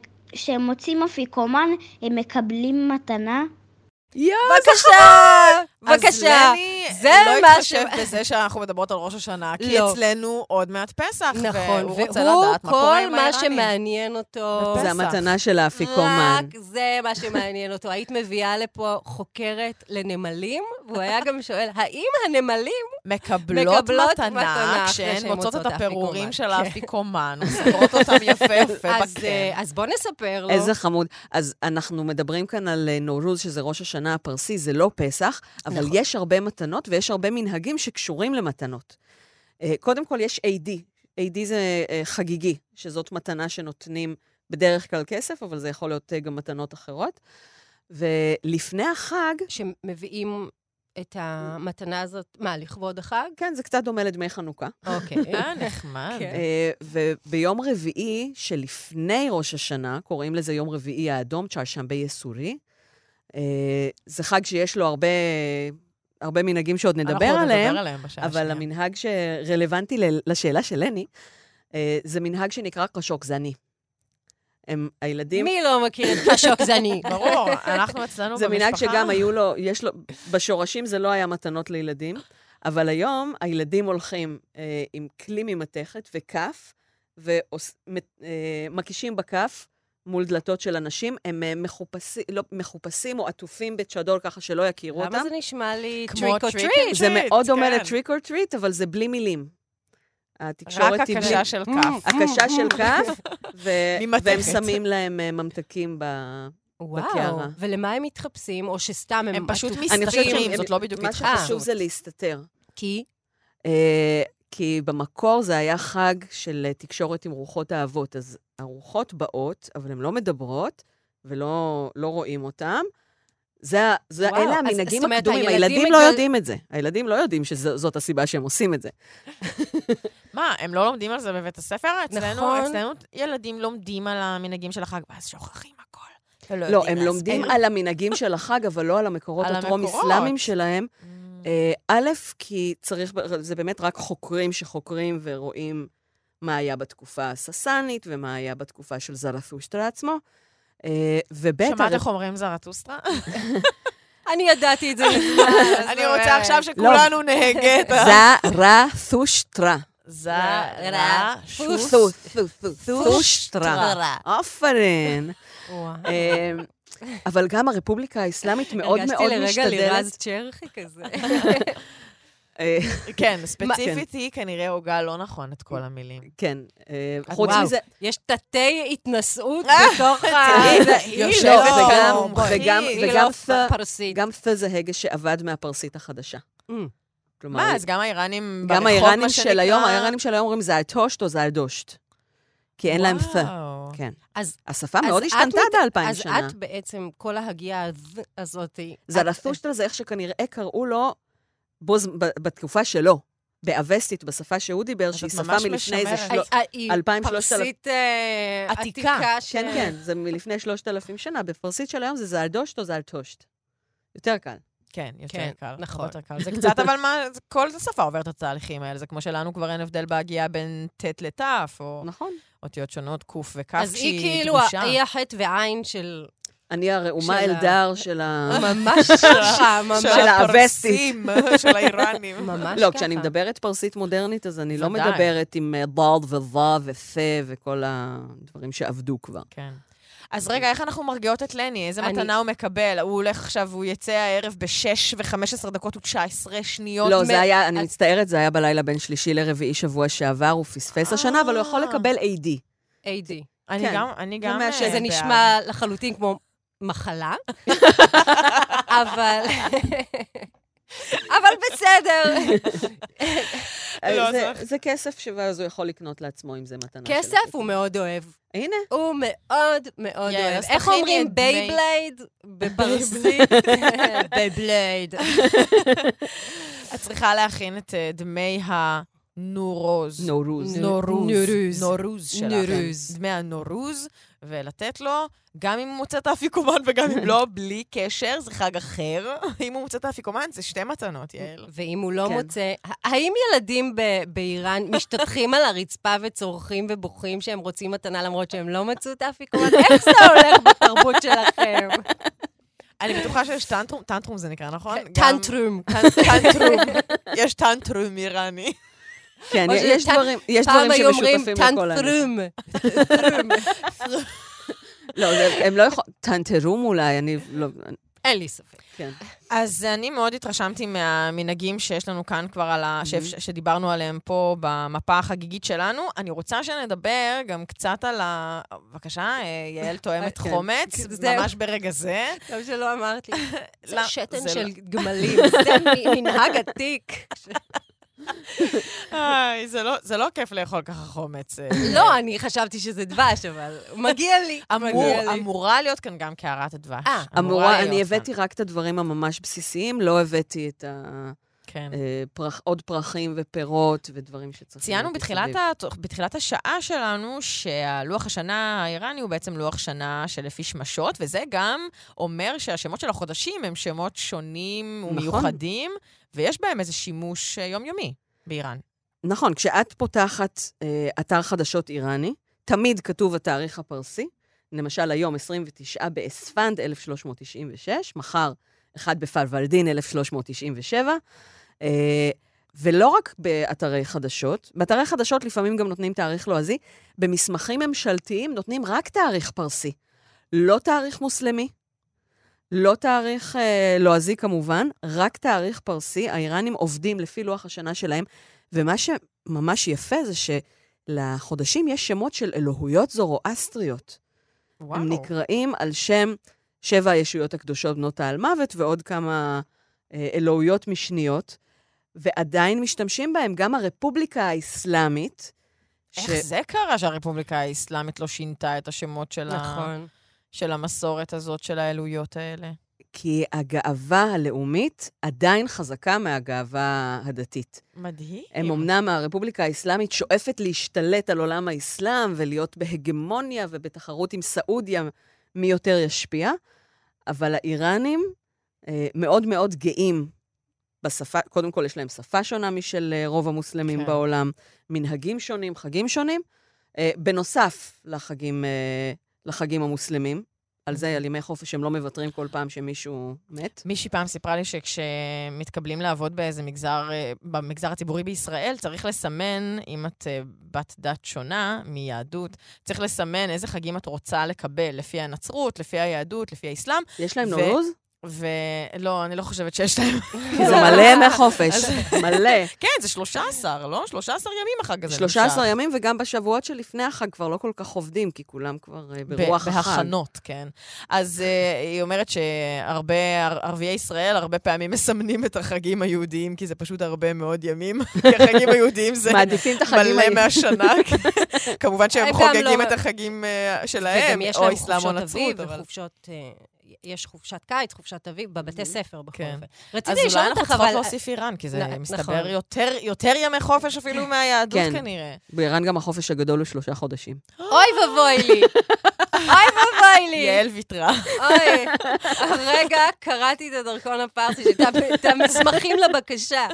שהם מוצאים אפיקומן, הם מקבלים מתנה? בבקשה! בבקשה. זה מה לא יתחשב בזה שאנחנו מדברות על ראש השנה, כי אצלנו עוד מעט פסח, נכון, והוא רוצה לדעת מה קורה עם כל מה שמעניין אותו... זה המתנה של האפיקומן. רק זה מה שמעניין אותו. היית מביאה לפה חוקרת לנמלים, והוא היה גם שואל, האם הנמלים מקבלות מתנה כשהן מוצאות את הפירורים של האפיקומן, מספרות אותם יפה יפה בקן. אז בוא נספר לו. איזה חמוד. אז אנחנו מדברים כאן על נורוז, שזה ראש השנה הפרסי, זה לא פסח, אבל יש הרבה מתנות ויש הרבה מנהגים שקשורים למתנות. קודם כל יש איי די. איי די זה חגיגי, שזאת מתנה שנותנים בדרך כלל כסף, אבל זה יכול להיות גם מתנות אחרות. ולפני החג... שמביאים את המתנה הזאת, מה, לכבוד החג? כן, זה קצת דומה לדמי חנוכה. אוקיי. אה, נחמד. וביום רביעי שלפני ראש השנה, קוראים לזה יום רביעי האדום, צ'ארשמבה יסורי, זה חג שיש לו הרבה... הרבה מנהגים שעוד נדבר עליהם, אבל המנהג שרלוונטי לשאלה של לני, זה מנהג שנקרא קשוק זני. הם הילדים... מי לא מכיר את קשוק זני? ברור, אנחנו אצלנו במשפחה. זה מנהג שגם היו לו, יש לו, בשורשים זה לא היה מתנות לילדים, אבל היום הילדים הולכים עם כלי ממתכת וכף, ומקישים בכף, מול דלתות של אנשים, הם מחופשים, לא, מחופשים או עטופים בצ'דור ככה שלא יכירו אותם. למה זה נשמע לי כמו טריק או טריק טריט? זה מאוד דומה לטריק או טריט, אבל זה בלי מילים. רק הקשה של כף. הקשה של כף, והם שמים להם ממתקים בקערה. וואו, ולמה הם מתחפשים, או שסתם הם פשוט מסתתרים, זאת לא בדיוק התחפשות. מה שחשוב זה להסתתר. כי? כי במקור זה היה חג של תקשורת עם רוחות האבות, אז הרוחות באות, אבל הן לא מדברות, ולא לא רואים אותן. זה, זה, וואו, אלה המנהגים אז, הקדומים, הילדים מגל... לא יודעים את זה. הילדים לא יודעים שזאת הסיבה שהם עושים את זה. מה, הם לא לומדים על זה בבית הספר? אצלנו, נכון. אצלנו ילדים לומדים על המנהגים של החג, ואז שוכחים הכל. לא, לא הם לומדים על המנהגים של החג, אבל לא על המקורות הטרום-אסלאמיים שלהם. א', כי צריך, זה באמת רק חוקרים שחוקרים ורואים מה היה בתקופה הססנית, ומה היה בתקופה של זרתושטרה עצמו. וב' שמעת איך אומרים זרתושטרה? אני ידעתי את זה מזמן. אני רוצה עכשיו שכולנו נהגה את ה... זרתושטרה. זרתושטרה. אופרן. אבל גם הרפובליקה האסלאמית מאוד מאוד משתדלת. הרגשתי לרגע לירז צ'רחי כזה. כן, ספציפית היא כנראה הוגה לא נכון את כל המילים. כן. חוץ מזה... יש תתי התנסות בתוך ה... וגם תה זה הגה שעבד מהפרסית החדשה. מה, אז גם האיראנים גם האיראנים של היום, האיראנים של היום אומרים זה אלטושט או זה אלדושט. כי אין להם תה. כן. השפה מאוד השתנתה באלפיים שנה. אז את בעצם, כל ההגיעה הזאת... זרתושטרה זה איך שכנראה קראו לו בתקופה שלו, באווסטית, בשפה שהוא דיבר, שהיא שפה מלפני איזה אלפיים שלושת אלפים... פרסית עתיקה. כן, כן, זה מלפני שלושת אלפים שנה. בפרסית של היום זה זלדושט או זלטושט. יותר קל. כן, יותר קל. נכון. זה קצת, אבל מה, כל שפה עוברת את התהליכים האלה. זה כמו שלנו כבר אין הבדל בהגיעה בין ת' לתף, או אותיות שונות, קוף וכף, אז היא כאילו, היא החטא ועין של... אני הראומה אלדר של ה... ממש ככה, ממש. של האווסטית. של האיראנים. ממש ככה. לא, כשאני מדברת פרסית מודרנית, אז אני לא מדברת עם דלד ודה ותה וכל הדברים שעבדו כבר. כן. אז רגע, איך אנחנו מרגיעות את לני? איזה מתנה הוא מקבל? הוא הולך עכשיו, הוא יצא הערב ב-שש וחמש עשרה דקות ותשע עשרה שניות. לא, זה היה, אני מצטערת, זה היה בלילה בין שלישי לרביעי שבוע שעבר, הוא פספס השנה, אבל הוא יכול לקבל איי די. איי די. אני גם, אני גם... זה נשמע לחלוטין כמו מחלה, אבל... אבל בסדר. זה כסף שאז הוא יכול לקנות לעצמו אם זה מתנה. כסף הוא מאוד אוהב. הנה. הוא מאוד מאוד אוהב. איך אומרים בייבלייד? בפרסית? בייבלייד. את צריכה להכין את דמי הנורוז. נורוז. נורוז. נורוז שלכם. דמי הנורוז, ולתת לו, גם אם הוא מוצא את האפיקומן וגם אם לא, בלי קשר, זה חג אחר. אם הוא מוצא את האפיקומן, זה שתי מתנות, יעל. ואם הוא לא מוצא... האם ילדים באיראן משתתחים על הרצפה וצורכים ובוכים שהם רוצים מתנה למרות שהם לא מצאו את האפיקומן? איך זה הולך בתרבות שלכם? אני בטוחה שיש טנטרום, טנטרום זה נקרא, נכון? טנטרום. טנטרום. יש טנטרום איראני. כן, יש דברים, יש דברים שמשותפים לכל האנשים. טנטרום. לא, הם לא יכולים, טנטרום אולי, אני לא... אין לי ספק. כן. אז אני מאוד התרשמתי מהמנהגים שיש לנו כאן כבר, על ה... שדיברנו עליהם פה במפה החגיגית שלנו. אני רוצה שנדבר גם קצת על ה... בבקשה, יעל תואמת חומץ, ממש ברגע זה. טוב שלא אמרת לי. זה שתן של גמלים, זה מנהג עתיק. איי, זה לא כיף לאכול ככה חומץ. לא, אני חשבתי שזה דבש, אבל מגיע לי. אמורה להיות כאן גם קערת הדבש. אמורה, אני הבאתי רק את הדברים הממש בסיסיים, לא הבאתי את ה... עוד פרחים ופירות ודברים שצריכים. ציינו בתחילת השעה שלנו שהלוח השנה האיראני הוא בעצם לוח שנה שלפי שמשות, וזה גם אומר שהשמות של החודשים הם שמות שונים ומיוחדים, ויש בהם איזה שימוש יומיומי באיראן. נכון, כשאת פותחת אתר חדשות איראני, תמיד כתוב התאריך הפרסי, למשל היום עשרים ותשעה באספנד אלף שלוש מאות תשעים ושש, מחר אחד בפלוולדין אלף שלוש מאות תשעים ושבע, Uh, ולא רק באתרי חדשות, באתרי חדשות לפעמים גם נותנים תאריך לועזי, במסמכים ממשלתיים נותנים רק תאריך פרסי, לא תאריך מוסלמי, לא תאריך uh, לועזי כמובן, רק תאריך פרסי. האיראנים עובדים לפי לוח השנה שלהם, ומה שממש יפה זה שלחודשים יש שמות של אלוהויות זורואסטריות. וואו. הם נקראים על שם שבע הישויות הקדושות בנות העל מוות, ועוד כמה uh, אלוהויות משניות, ועדיין משתמשים בהם גם הרפובליקה האסלאמית. איך ש... זה קרה שהרפובליקה האסלאמית לא שינתה את השמות של, נכון. ה... של המסורת הזאת, של האלוהיות האלה? כי הגאווה הלאומית עדיין חזקה מהגאווה הדתית. מדהים. הם אמנם, הרפובליקה האסלאמית שואפת להשתלט על עולם האסלאם, ולהיות בהגמוניה ובתחרות עם סעודיה, מי יותר ישפיע, אבל האיראנים אה, מאוד מאוד גאים, בשפה, קודם כל יש להם שפה שונה משל רוב המוסלמים כן. בעולם, מנהגים שונים, חגים שונים, אה, בנוסף לחגים, אה, לחגים המוסלמים, על זה על ימי חופש הם לא מבטרים כל פעם שמישהו מת. מישהי פעם סיפרה לי שכשמתקבלים לעבוד באיזה מגזר, במגזר הציבורי בישראל, צריך לסמן, אם את בת דת שונה מיהדות, צריך לסמן איזה חגים את רוצה לקבל, לפי הנצרות, לפי היהדות, לפי האסלאם. יש להם נורוז? ולא, אני לא חושבת שיש להם. זה מלא ימי חופש, מלא. כן, זה שלושה עשר, לא? שלושה עשר ימים החג הזה. שלושה עשר ימים, וגם בשבועות שלפני החג כבר לא כל כך עובדים, כי כולם כבר ברוח החג. בהכנות, כן. אז היא אומרת שהרבה ערביי ישראל, הרבה פעמים מסמנים את החגים היהודיים, כי זה פשוט הרבה מאוד ימים. כי החגים היהודיים זה מלא מהשנה. כמובן שהם חוגגים את החגים שלהם, או אסלאם או נצרות. יש חופשת קיץ, חופשת אביב, בבתי ספר בכל אופן. רציתי לשאול אותך, אבל... אז אולי אנחנו צריכות להוסיף איראן, כי זה מסתבר יותר ימי חופש אפילו מהיהדות כנראה. באיראן גם החופש הגדול הוא שלושה חודשים. אוי ובוי לי. אוי ובוי לי. יעל ויתרה. אוי, הרגע קראתי את הדרכון הפרסי, את המסמכים לבקשה.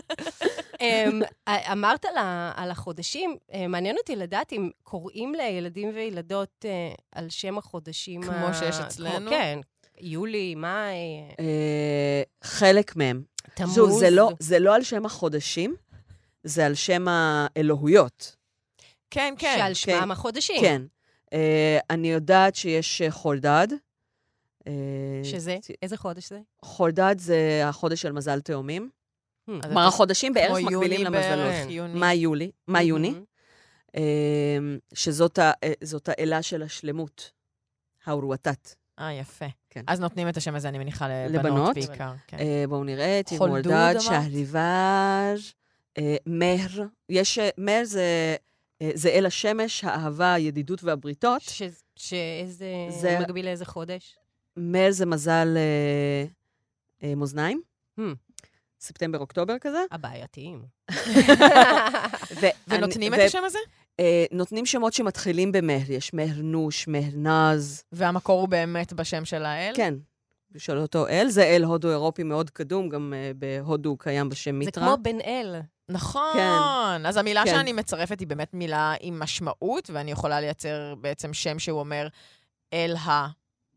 אמרת על החודשים, מעניין אותי לדעת אם קוראים לילדים וילדות על שם החודשים... כמו שיש אצלנו? כן. יולי, מאי... חלק מהם. תמוז. זה לא על שם החודשים, זה על שם האלוהויות. כן, כן. שעל שמם החודשים. כן. אני יודעת שיש חולדד. שזה? איזה חודש זה? חולדד זה החודש של מזל תאומים. כלומר, החודשים בערך מקבילים למזלות. מאי-יולי. מאי-יוני. שזאת האלה של השלמות. האורואטת. אה, יפה. כן. אז נותנים את השם הזה, אני מניחה, לבנות בעיקר. כן. אה, בואו נראה, תימולדד, שהריבר, אה, מר. יש, מר זה, אה, זה אל השמש, האהבה, הידידות והבריתות. ש, שאיזה, זה, מקביל לאיזה חודש? מר זה מזל אה, אה, מאזניים. Hmm. ספטמבר, אוקטובר כזה. הבעייתיים. ונותנים את השם הזה? נותנים שמות שמתחילים במהר. יש מהר נוש, מהר נז. והמקור הוא באמת בשם של האל? כן, של אותו אל. זה אל הודו אירופי מאוד קדום, גם בהודו הוא קיים בשם מיטרה. זה כמו בן אל. נכון. כן. אז המילה כן. שאני מצרפת היא באמת מילה עם משמעות, ואני יכולה לייצר בעצם שם שהוא אומר אל ה...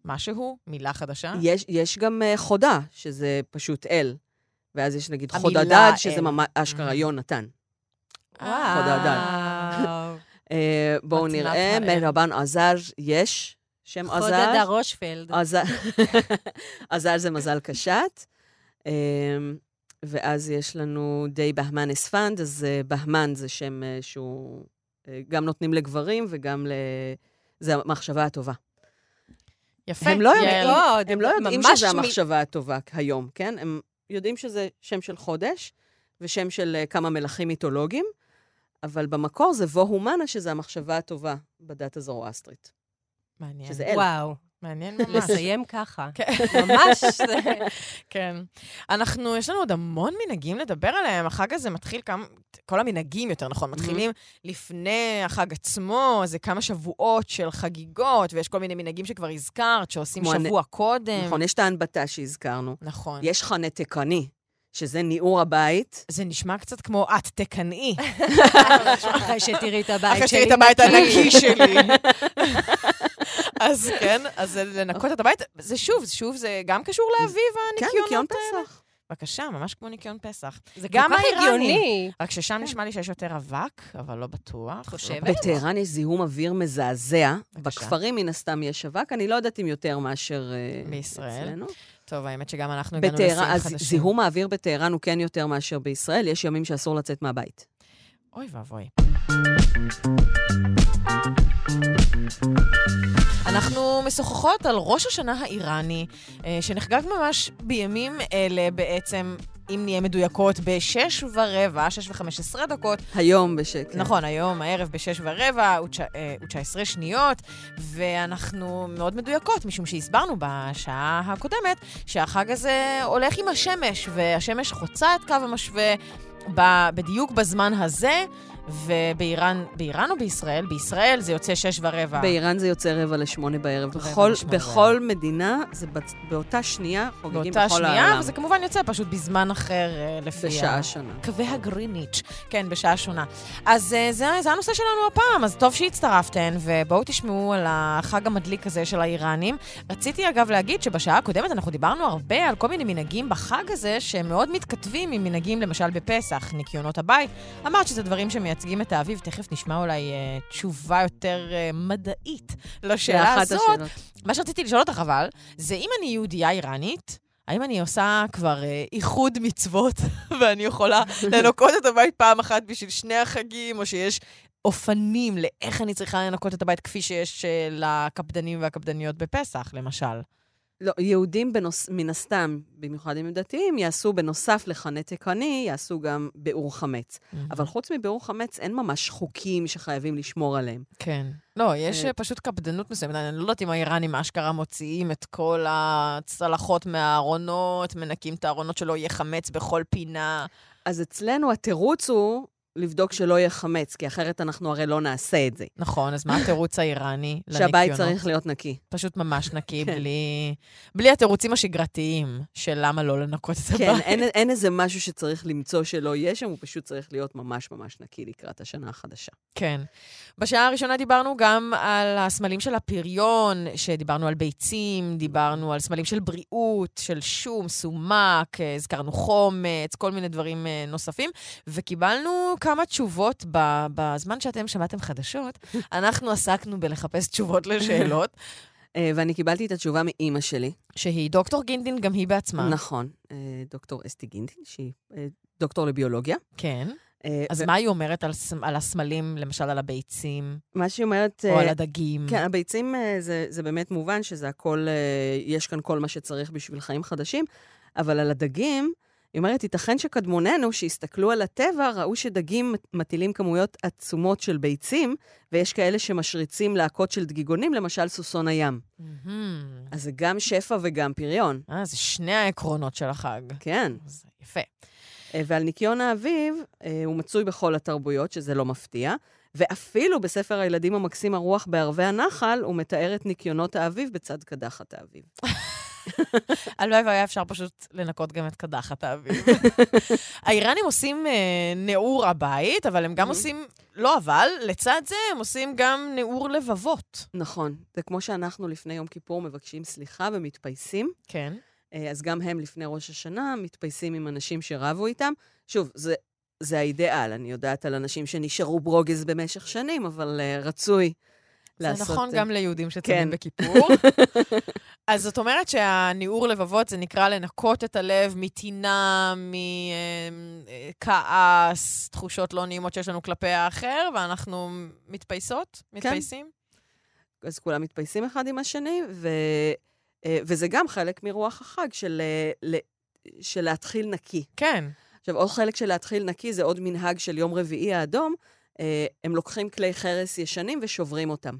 משהו, מילה חדשה? יש, יש גם uh, חודה, שזה פשוט אל. ואז יש נגיד המילה חודדד, שזה אל. ממש אשכרה Mm. יונתן. וואו. חודדד. Uh, בואו מתנת נראה, האל. מרבן עזר, יש שם עזר. חודדה רושפלד. עזר, עזר זה מזל קשת. Um, ואז יש לנו די בהמן אספנד, אז uh, בהמן זה שם uh, שהוא uh, גם נותנים לגברים וגם ל... זה המחשבה הטובה. יפה. הם לא יודעים, יעל. לא, הם לא יודעים ממש שזה מ- המחשבה הטובה היום, כן? הם יודעים שזה שם של חודש, ושם של uh, כמה מלכים מיתולוגיים, אבל במקור זה ווהומנה, שזה המחשבה הטובה בדת הזרואסטרית. מעניין. שזה אל. וואו, מעניין ממש. לסיים ככה. כן. ממש זה... כן. אנחנו, יש לנו עוד המון מנהגים לדבר עליהם. החג הזה מתחיל כמה, כל המנהגים יותר נכון, מתחילים לפני החג עצמו, זה כמה שבועות של חגיגות, ויש כל מיני מנהגים שכבר הזכרת, שעושים כמו הנ- שבוע קודם. נכון, יש את ההנבטה שהזכרנו. נכון. יש חנה תקני, שזה ניעור הבית. זה נשמע קצת כמו את תקנאי. אחרי שתראי את הבית אחרי שלי. שתראי את הבית הנקי שלי. אז כן, אז זה לנקות את הבית. זה שוב, שוב, זה גם קשור לאביב כן, הניקיונות. ניקיון האלה. פסח. בבקשה, ממש כמו ניקיון פסח. זה כל גם כך האיראני. הגיוני. רק ששם נשמע לי שיש יותר אבק, אבל לא בטוח. חושבת? לא בטוח. בטהרן יש זיהום אוויר מזעזע. בבקשה. בכפרים מן הסתם יש אבק, אני לא יודעת אם יותר מאשר אה, בישראל. אצלנו. טוב, האמת שגם אנחנו הגענו בטהרן, לשיאים אז חדשים. זיהום האוויר בטהרן הוא כן יותר מאשר בישראל, יש ימים שאסור לצאת מהבית. אוי ואבוי. אנחנו משוחחות על ראש השנה האיראני, אה, שנחגג ממש בימים אלה בעצם, אם נהיה מדויקות, בשש ורבע, שש וחמש עשרה דקות. היום בשקט. נכון, היום, הערב בשש ורבע, ותשע עשרה שניות, ואנחנו מאוד מדויקות, משום שהסברנו בשעה הקודמת, שהחג הזה הולך עם השמש, והשמש חוצה את קו המשווה ב- בדיוק בזמן הזה, ובאיראן, באיראן או בישראל? בישראל זה יוצא שש ורבע. באיראן זה יוצא רבע לשמונה בערב. רבע בכל, לשמונה בכל בערב. מדינה, זה בצ... באותה שנייה חוגגים באותה בכל שנייה, העולם. וזה כמובן יוצא פשוט בזמן אחר אה, לפי... בשעה ה- שונה. קווי הגריניץ', כן, בשעה שונה. אז אה, זה, זה הנושא שלנו הפעם, אז טוב שהצטרפתן, ובואו תשמעו על החג המדליק הזה של האיראנים. רציתי אגב להגיד שבשעה הקודמת אנחנו דיברנו הרבה על כל מיני מנהגים בחג הזה, שהם מאוד מתכתבים עם מנהגים למשל בפסח, ניקיונות הבית. אמרת שזה דברים שמייצגים את האביב, תכף נשמע אולי אה, תשובה יותר אה, מדעית לשאלה לאחת הזאת. השאלות. מה שרציתי לשאול אותך אבל, זה אם אני יהודייה איראנית, האם אני עושה כבר אה, איחוד מצוות, ואני יכולה לנקות את הבית פעם אחת בשביל שני החגים, או שיש אופנים לאיך אני צריכה לנקות את הבית, כפי שיש אה, לקפדנים והקפדניות בפסח, למשל. לא, יהודים בנוס... מן הסתם, במיוחד אם הם דתיים, יעשו בנוסף לחנה תקני, יעשו גם ביעור חמץ. אבל חוץ מביעור חמץ, אין ממש חוקים שחייבים לשמור עליהם. כן. לא, יש אה, אה, פשוט קפדנות מסוימת. אני לא יודעת אם האיראנים אשכרה מוציאים את כל הצלחות מהארונות, מנקים את הארונות שלא יהיה חמץ בכל פינה. אז אצלנו התירוץ הוא לבדוק שלא יהיה חמץ, כי אחרת אנחנו הרי לא נעשה את זה. נכון, אז מה התירוץ האיראני שהבית לניקיונות? צריך להיות נקי. פשוט ממש נקי, כן. בלי, בלי התירוצים השגרתיים של למה לא לנקות את הבית. כן, אין, אין איזה משהו שצריך למצוא שלא יהיה שם, הוא פשוט צריך להיות ממש ממש נקי לקראת השנה החדשה. כן. בשעה הראשונה דיברנו גם על הסמלים של הפריון, שדיברנו על ביצים, דיברנו על סמלים של בריאות, של שום, סומק, הזכרנו חומץ, כל מיני דברים נוספים, וקיבלנו כמה תשובות בזמן שאתם שמעתם חדשות. אנחנו עסקנו בלחפש תשובות לשאלות. ואני קיבלתי את התשובה מאימא שלי. שהיא דוקטור גינדין, גם היא בעצמה. נכון, דוקטור אסתי גינדין, שהיא דוקטור לביולוגיה. כן. אה, אז ו- מה היא אומרת על, סמ- על הסמלים, למשל על הביצים, מה שהיא אומרת... או אה, על הדגים? כן, הביצים אה, זה, זה באמת מובן שזה הכל, אה, יש כאן כל מה שצריך בשביל חיים חדשים, אבל על הדגים, היא אומרת, ייתכן שקדמוננו, שהסתכלו על הטבע, ראו שדגים מטילים כמויות עצומות של ביצים, ויש כאלה שמשריצים להקות של דגיגונים, למשל סוסון הים. מהמם. אז זה גם שפע וגם פריון. אה, זה שני העקרונות של החג. כן. אז יפה. אה, ועל ניקיון האביב, אה, הוא מצוי בכל התרבויות, שזה לא מפתיע, ואפילו בספר הילדים המקסים הרוח בערבי הנחל, הוא מתאר את ניקיונות האביב בצד קדחת האביב. הלוואי והיה אפשר פשוט לנקות גם את קדחת האביב. האיראנים עושים אה, נאור הבית, אבל הם גם עושים, לא אבל, לצד זה הם עושים גם נאור לבבות. נכון. זה כמו שאנחנו לפני יום כיפור מבקשים סליחה ומתפייסים. כן. אז גם הם לפני ראש השנה מתפייסים עם אנשים שרבו איתם. שוב, זה, זה האידאל. אני יודעת על אנשים שנשארו ברוגז במשך שנים, אבל uh, רצוי לעשות... זה נכון גם ליהודים שצמים כן. בכיפור. אז זאת אומרת שהניעור לבבות זה נקרא לנקות את הלב מטינה, מכעס, תחושות לא נעימות שיש לנו כלפי האחר, ואנחנו מתפייסות, מתפייסים. כן. אז כולם מתפייסים אחד עם השני, ו... וזה גם חלק מרוח החג של, של להתחיל נקי. כן. עכשיו, עוד חלק של להתחיל נקי זה עוד מנהג של יום רביעי האדום. הם לוקחים כלי חרס ישנים ושוברים אותם.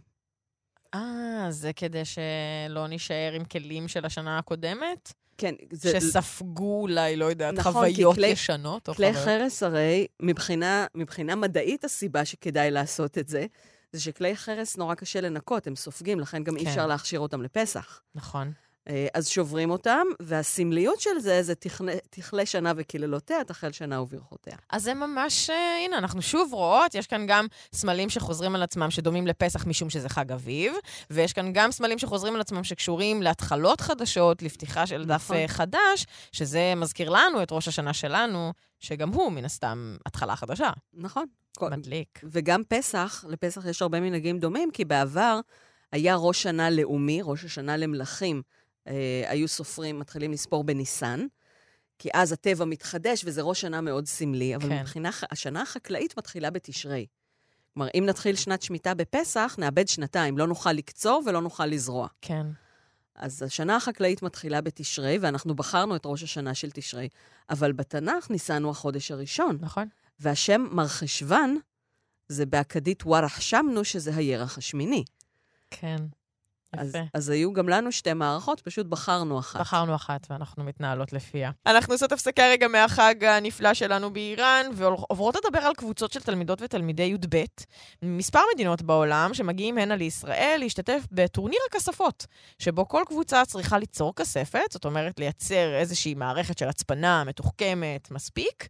אה, זה כדי שלא נשאר עם כלים של השנה הקודמת? כן. זה... שספגו אולי, לא יודעת, נכון, חוויות כלי, ישנות? כלי חרס הרי, מבחינה, מבחינה מדעית הסיבה שכדאי לעשות את זה, זה שכלי חרס נורא קשה לנקות, הם סופגים, לכן גם כן. אי אפשר להכשיר אותם לפסח. נכון. אז שוברים אותם, והסמליות של זה, זה תכלה, תכלה שנה וקללותיה, תחל שנה וברכותיה. אז זה ממש, הנה, אנחנו שוב רואות, יש כאן גם סמלים שחוזרים על עצמם, שדומים לפסח משום שזה חג אביב, ויש כאן גם סמלים שחוזרים על עצמם שקשורים להתחלות חדשות, לפתיחה של דף נכון. חדש, שזה מזכיר לנו את ראש השנה שלנו, שגם הוא מן הסתם התחלה חדשה. נכון. מדליק. וגם פסח, לפסח יש הרבה מנהגים דומים, כי בעבר היה ראש שנה לאומי, ראש השנה למלכים, אה, היו סופרים, מתחילים לספור בניסן, כי אז הטבע מתחדש, וזה ראש שנה מאוד סמלי, אבל כן. מבחינה, השנה החקלאית מתחילה בתשרי. כלומר, אם נתחיל שנת שמיטה בפסח, נאבד שנתיים, לא נוכל לקצור ולא נוכל לזרוע. כן. אז השנה החקלאית מתחילה בתשרי, ואנחנו בחרנו את ראש השנה של תשרי, אבל בתנ"ך ניסן הוא החודש הראשון. נכון. והשם מרחשוון, זה באכדית ורח שמנו, שזה הירח השמיני. כן, יפה. אז, אז היו גם לנו שתי מערכות, פשוט בחרנו אחת. בחרנו אחת, ואנחנו מתנהלות לפיה. אנחנו עושות הפסקה רגע מהחג הנפלא שלנו באיראן, ועוברות לדבר על קבוצות של תלמידות ותלמידי י"ב, מספר מדינות בעולם שמגיעים הנה לישראל להשתתף בטורניר הכספות, שבו כל קבוצה צריכה ליצור כספת, זאת אומרת לייצר איזושהי מערכת של הצפנה מתוחכמת מספיק,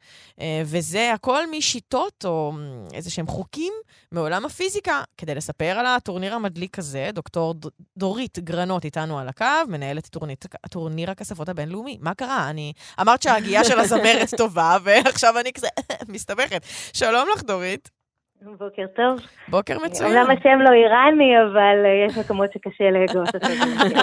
וזה הכל משיטות או איזשהם חוקים מעולם הפיזיקה. כדי לספר על הטורניר המדליק הזה, דוקטור דורית גרנות איתנו על הקו, מנהלת טורנית, טורניר הכספות הבינלאומי. מה קרה? אני אמרת שההגיעה של הזמרת טובה, ועכשיו אני כזה מסתבכת. שלום לך, דורית. בוקר טוב. בוקר מצוין. אומנם השם לא איראני, אבל יש מקומות שקשה להגות את זה.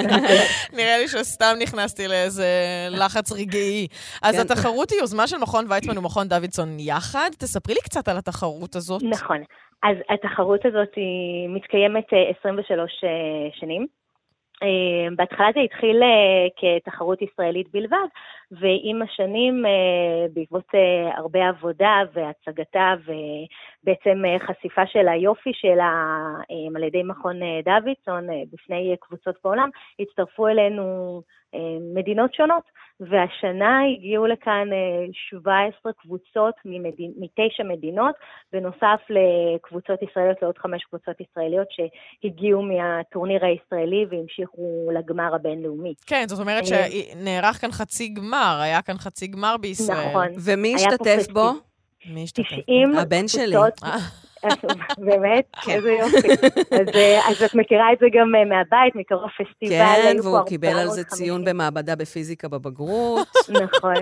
נראה לי שסתם נכנסתי לאיזה לחץ רגעי. אז התחרות היא יוזמה של מכון ויצמן ומכון דוידסון יחד. תספרי לי קצת על התחרות הזאת. נכון. אז התחרות הזאת היא מתקיימת עשרים ושלוש שנים. בהתחלה זה התחיל כתחרות ישראלית בלבד, ועם השנים, בעקבות הרבה עבודה והצגתה, ובעצם חשיפה של היופי שלה על ידי מכון דוידסון בפני קבוצות בעולם, הצטרפו אלינו מדינות שונות, והשנה הגיעו לכאן שבע עשרה קבוצות מתשע מדינות, בנוסף לקבוצות ישראליות, לעוד חמש קבוצות ישראליות שהגיעו מהטורניר הישראלי והמשיכו לגמר הבינלאומי. כן, זאת אומרת שנערך כאן חצי גמר, היה כאן חצי גמר בישראל. נכון. ומי השתתף בו? מי השתתף בו? הבן שלי. באמת? איזה יופי. אז את מכירה את זה גם מהבית, מקרוב פסטיבל. כן, והוא קיבל על זה ציון במעבדה בפיזיקה בבגרות. נכון.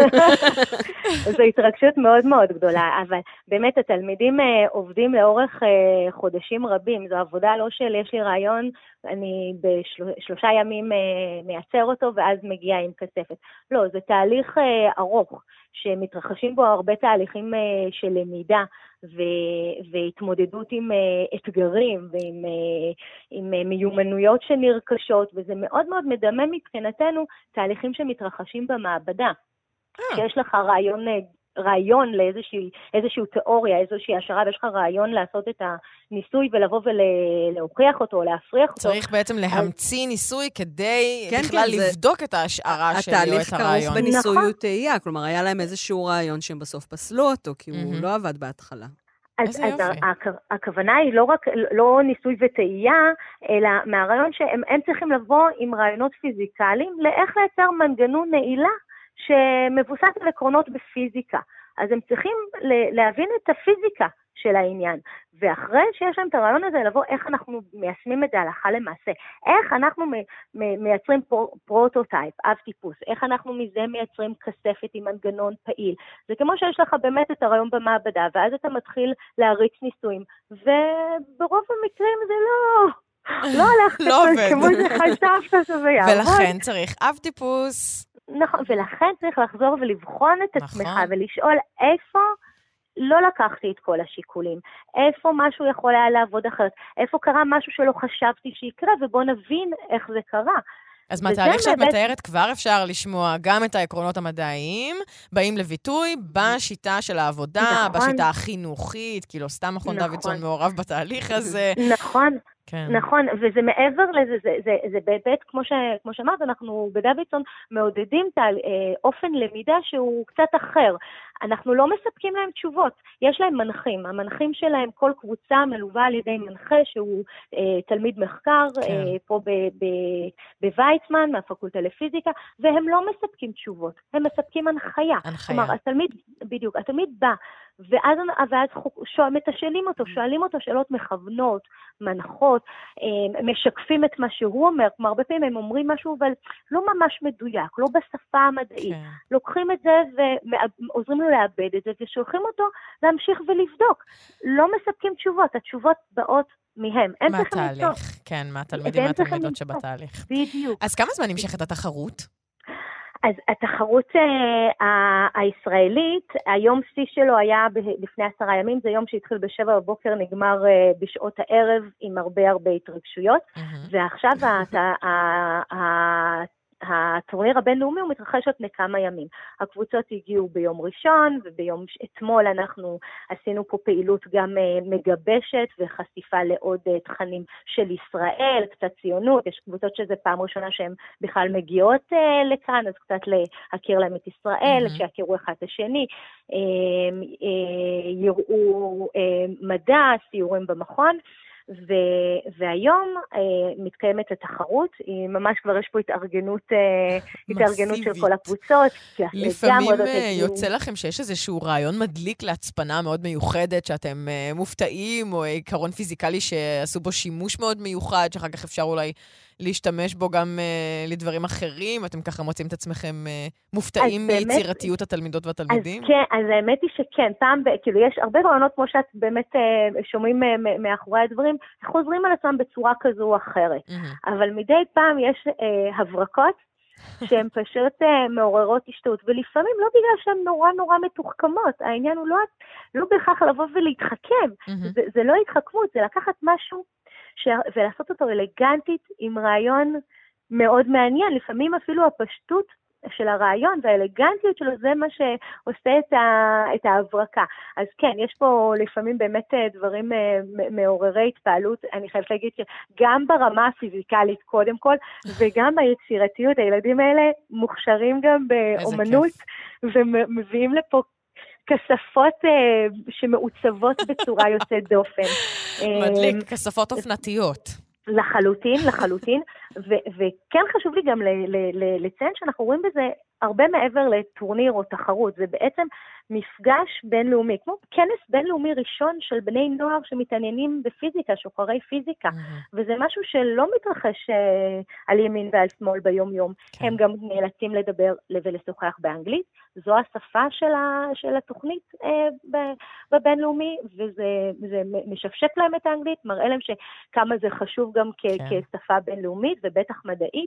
זו התרגשות מאוד מאוד גדולה, אבל באמת התלמידים עובדים לאורך חודשים רבים. זו עבודה לא של יש לי רעיון, אני בשלושה ימים מייצר אותו ואז מגיע עם כספת. לא, זה תהליך ארוך, שמתרחשים בו הרבה תהליכים של למידה, ו- והתמודדות עם uh, אתגרים ועם uh, עם, uh, מיומנויות שנרכשות, וזה מאוד מאוד מדמה מבחינתנו תהליכים שמתרחשים במעבדה. כשיש לך רעיון, רעיון לאיזושהי איזושהי תיאוריה, איזושהי השערה, ויש לך רעיון לעשות את הניסוי ולבוא ולהוכיח אותו או להפריח אותו. צריך בעצם להמציא ניסוי כדי כן, בכלל כן, לבדוק את ההשערה שלי או את הרעיון. התהליך כרוך בניסוי וטעייה, כלומר היה להם איזשהו רעיון שהם בסוף פסלו אותו, כי הוא לא עבד בהתחלה. אז, אז הכוונה היא לא רק, לא ניסוי וטעייה, אלא מהרעיון שהם צריכים לבוא עם רעיונות פיזיקליים, לאיך לייצר מנגנון נעילה שמבוסס על עקרונות בפיזיקה. אז הם צריכים להבין את הפיזיקה של העניין, ואחרי שיש להם את הרעיון הזה, לבוא איך אנחנו מיישמים את זה הלכה למעשה, איך אנחנו מייצרים פרוטוטייפ, אב טיפוס, איך אנחנו מזה מייצרים כספת עם מנגנון פעיל. זה כמו שיש לך באמת את הרעיון במעבדה, ואז אתה מתחיל להריץ ניסויים, וברוב המקרים זה לא... לא הולך כמו שחשבת שזה יעבוד. ולכן צריך אב טיפוס. נכון, ולכן צריך לחזור ולבחון את עצמך, ולשאול איפה לא לקחתי את כל השיקולים, איפה משהו יכול היה לעבוד אחרת, איפה קרה משהו שלא חשבתי שיקרה, ובוא נבין איך זה קרה. אז מהתהליך שאת מתארת כבר אפשר לשמוע גם את העקרונות המדעיים, באים לביטוי בשיטה של העבודה, בשיטה החינוכית, כאילו סתם מכון דוידסון מעורב בתהליך הזה. נכון. כן. נכון, וזה מעבר לזה, זה, זה, זה באמת, כמו, ש, כמו שאמרת, אנחנו בדוידסון מעודדים את אופן למידה שהוא קצת אחר. אנחנו לא מספקים להם תשובות, יש להם מנחים. המנחים שלהם, כל קבוצה מלווה על ידי מנחה שהוא אה, תלמיד מחקר, כן. אה, פה בוויצמן, מהפקולטה לפיזיקה, והם לא מספקים תשובות, הם מספקים הנחיה. הנחיה. כלומר, התלמיד, בדיוק, התלמיד בא, ואז, ואז שואל, מתשאלים אותו, שואלים אותו שאלות מכוונות, מנחות, משקפים את מה שהוא אומר, כלומר, הרבה פעמים הם אומרים משהו, אבל לא ממש מדויק, לא בשפה המדעית. כן. לוקחים את זה ועוזרים לו לאבד את זה, ושולחים אותו להמשיך ולבדוק. לא מספקים תשובות, התשובות באות מהם. מהתהליך, כן, מהתלמידים והתלמידות שבתהליך. בדיוק. אז כמה זמן נמשכת התחרות? אז התחרות uh, הישראלית, היום שיא שלו היה ב- לפני עשרה ימים, זה יום שהתחיל בשבע בבוקר, נגמר uh, בשעות הערב עם הרבה הרבה התרגשויות, mm-hmm. ועכשיו הת- ה- ה- ה- הטורניר הבינלאומי הוא מתרחש לפני כמה ימים. הקבוצות הגיעו ביום ראשון, וביום אתמול אנחנו עשינו פה פעילות גם uh, מגבשת, וחשיפה לעוד uh, תכנים של ישראל, קצת ציונות, יש קבוצות שזה פעם ראשונה שהן בכלל מגיעות uh, לכאן, אז קצת להכיר להם את ישראל, mm-hmm. שיכירו אחד את השני, uh, uh, יראו uh, מדע, סיורים במכון, ו- והיום אה, מתקיימת התחרות, היא ממש כבר יש פה התארגנות, אה, התארגנות של כל הקבוצות. לפעמים יוצא לכם שיש איזשהו רעיון מדליק להצפנה מאוד מיוחדת, שאתם אה, מופתעים, או עיקרון פיזיקלי שעשו בו שימוש מאוד מיוחד, שאחר כך אפשר אולי להשתמש בו גם uh, לדברים אחרים? אתם ככה מוצאים את עצמכם uh, מופתעים מיצירתיות התלמידות והתלמידים? אז כן, אז האמת היא שכן, פעם, כאילו יש הרבה רעיונות כמו שאת באמת uh, שומעים uh, מאחורי הדברים, חוזרים על עצמם בצורה כזו או אחרת. Mm-hmm. אבל מדי פעם יש uh, הברקות, שהן פשוט uh, מעוררות השתאות, ולפעמים לא בגלל שהן נורא נורא מתוחכמות, העניין הוא לא, לא בהכרח לבוא ולהתחכם, mm-hmm. זה, זה לא התחכמות, זה לקחת משהו, ש... ולעשות אותו אלגנטית עם רעיון מאוד מעניין, לפעמים אפילו הפשטות של הרעיון והאלגנטיות שלו זה מה שעושה את, ה... את ההברקה. אז כן, יש פה לפעמים באמת דברים מעוררי התפעלות, אני חייבת להגיד שגם ברמה הפיזיקלית קודם כל, וגם ביצירתיות, הילדים האלה מוכשרים גם באומנות, ומביאים לפה כספות uh, שמעוצבות בצורה יוצאת דופן. מדליק, כספות אופנתיות. לחלוטין, לחלוטין. ו- וכן חשוב לי גם ל- ל- ל- לציין שאנחנו רואים בזה הרבה מעבר לטורניר או תחרות. זה בעצם מפגש בינלאומי, כמו כנס בינלאומי ראשון של בני נוער שמתעניינים בפיזיקה, שוחרי פיזיקה. Mm-hmm. וזה משהו שלא מתרחש uh, על ימין ועל שמאל ביום יום. כן. הם גם נאלצים לדבר ולשוחח באנגלית. זו השפה של, ה, של התוכנית אה, בבינלאומי, וזה זה משפשף להם את האנגלית, מראה להם שכמה זה חשוב גם כ, כן. כשפה בינלאומית ובטח מדעית,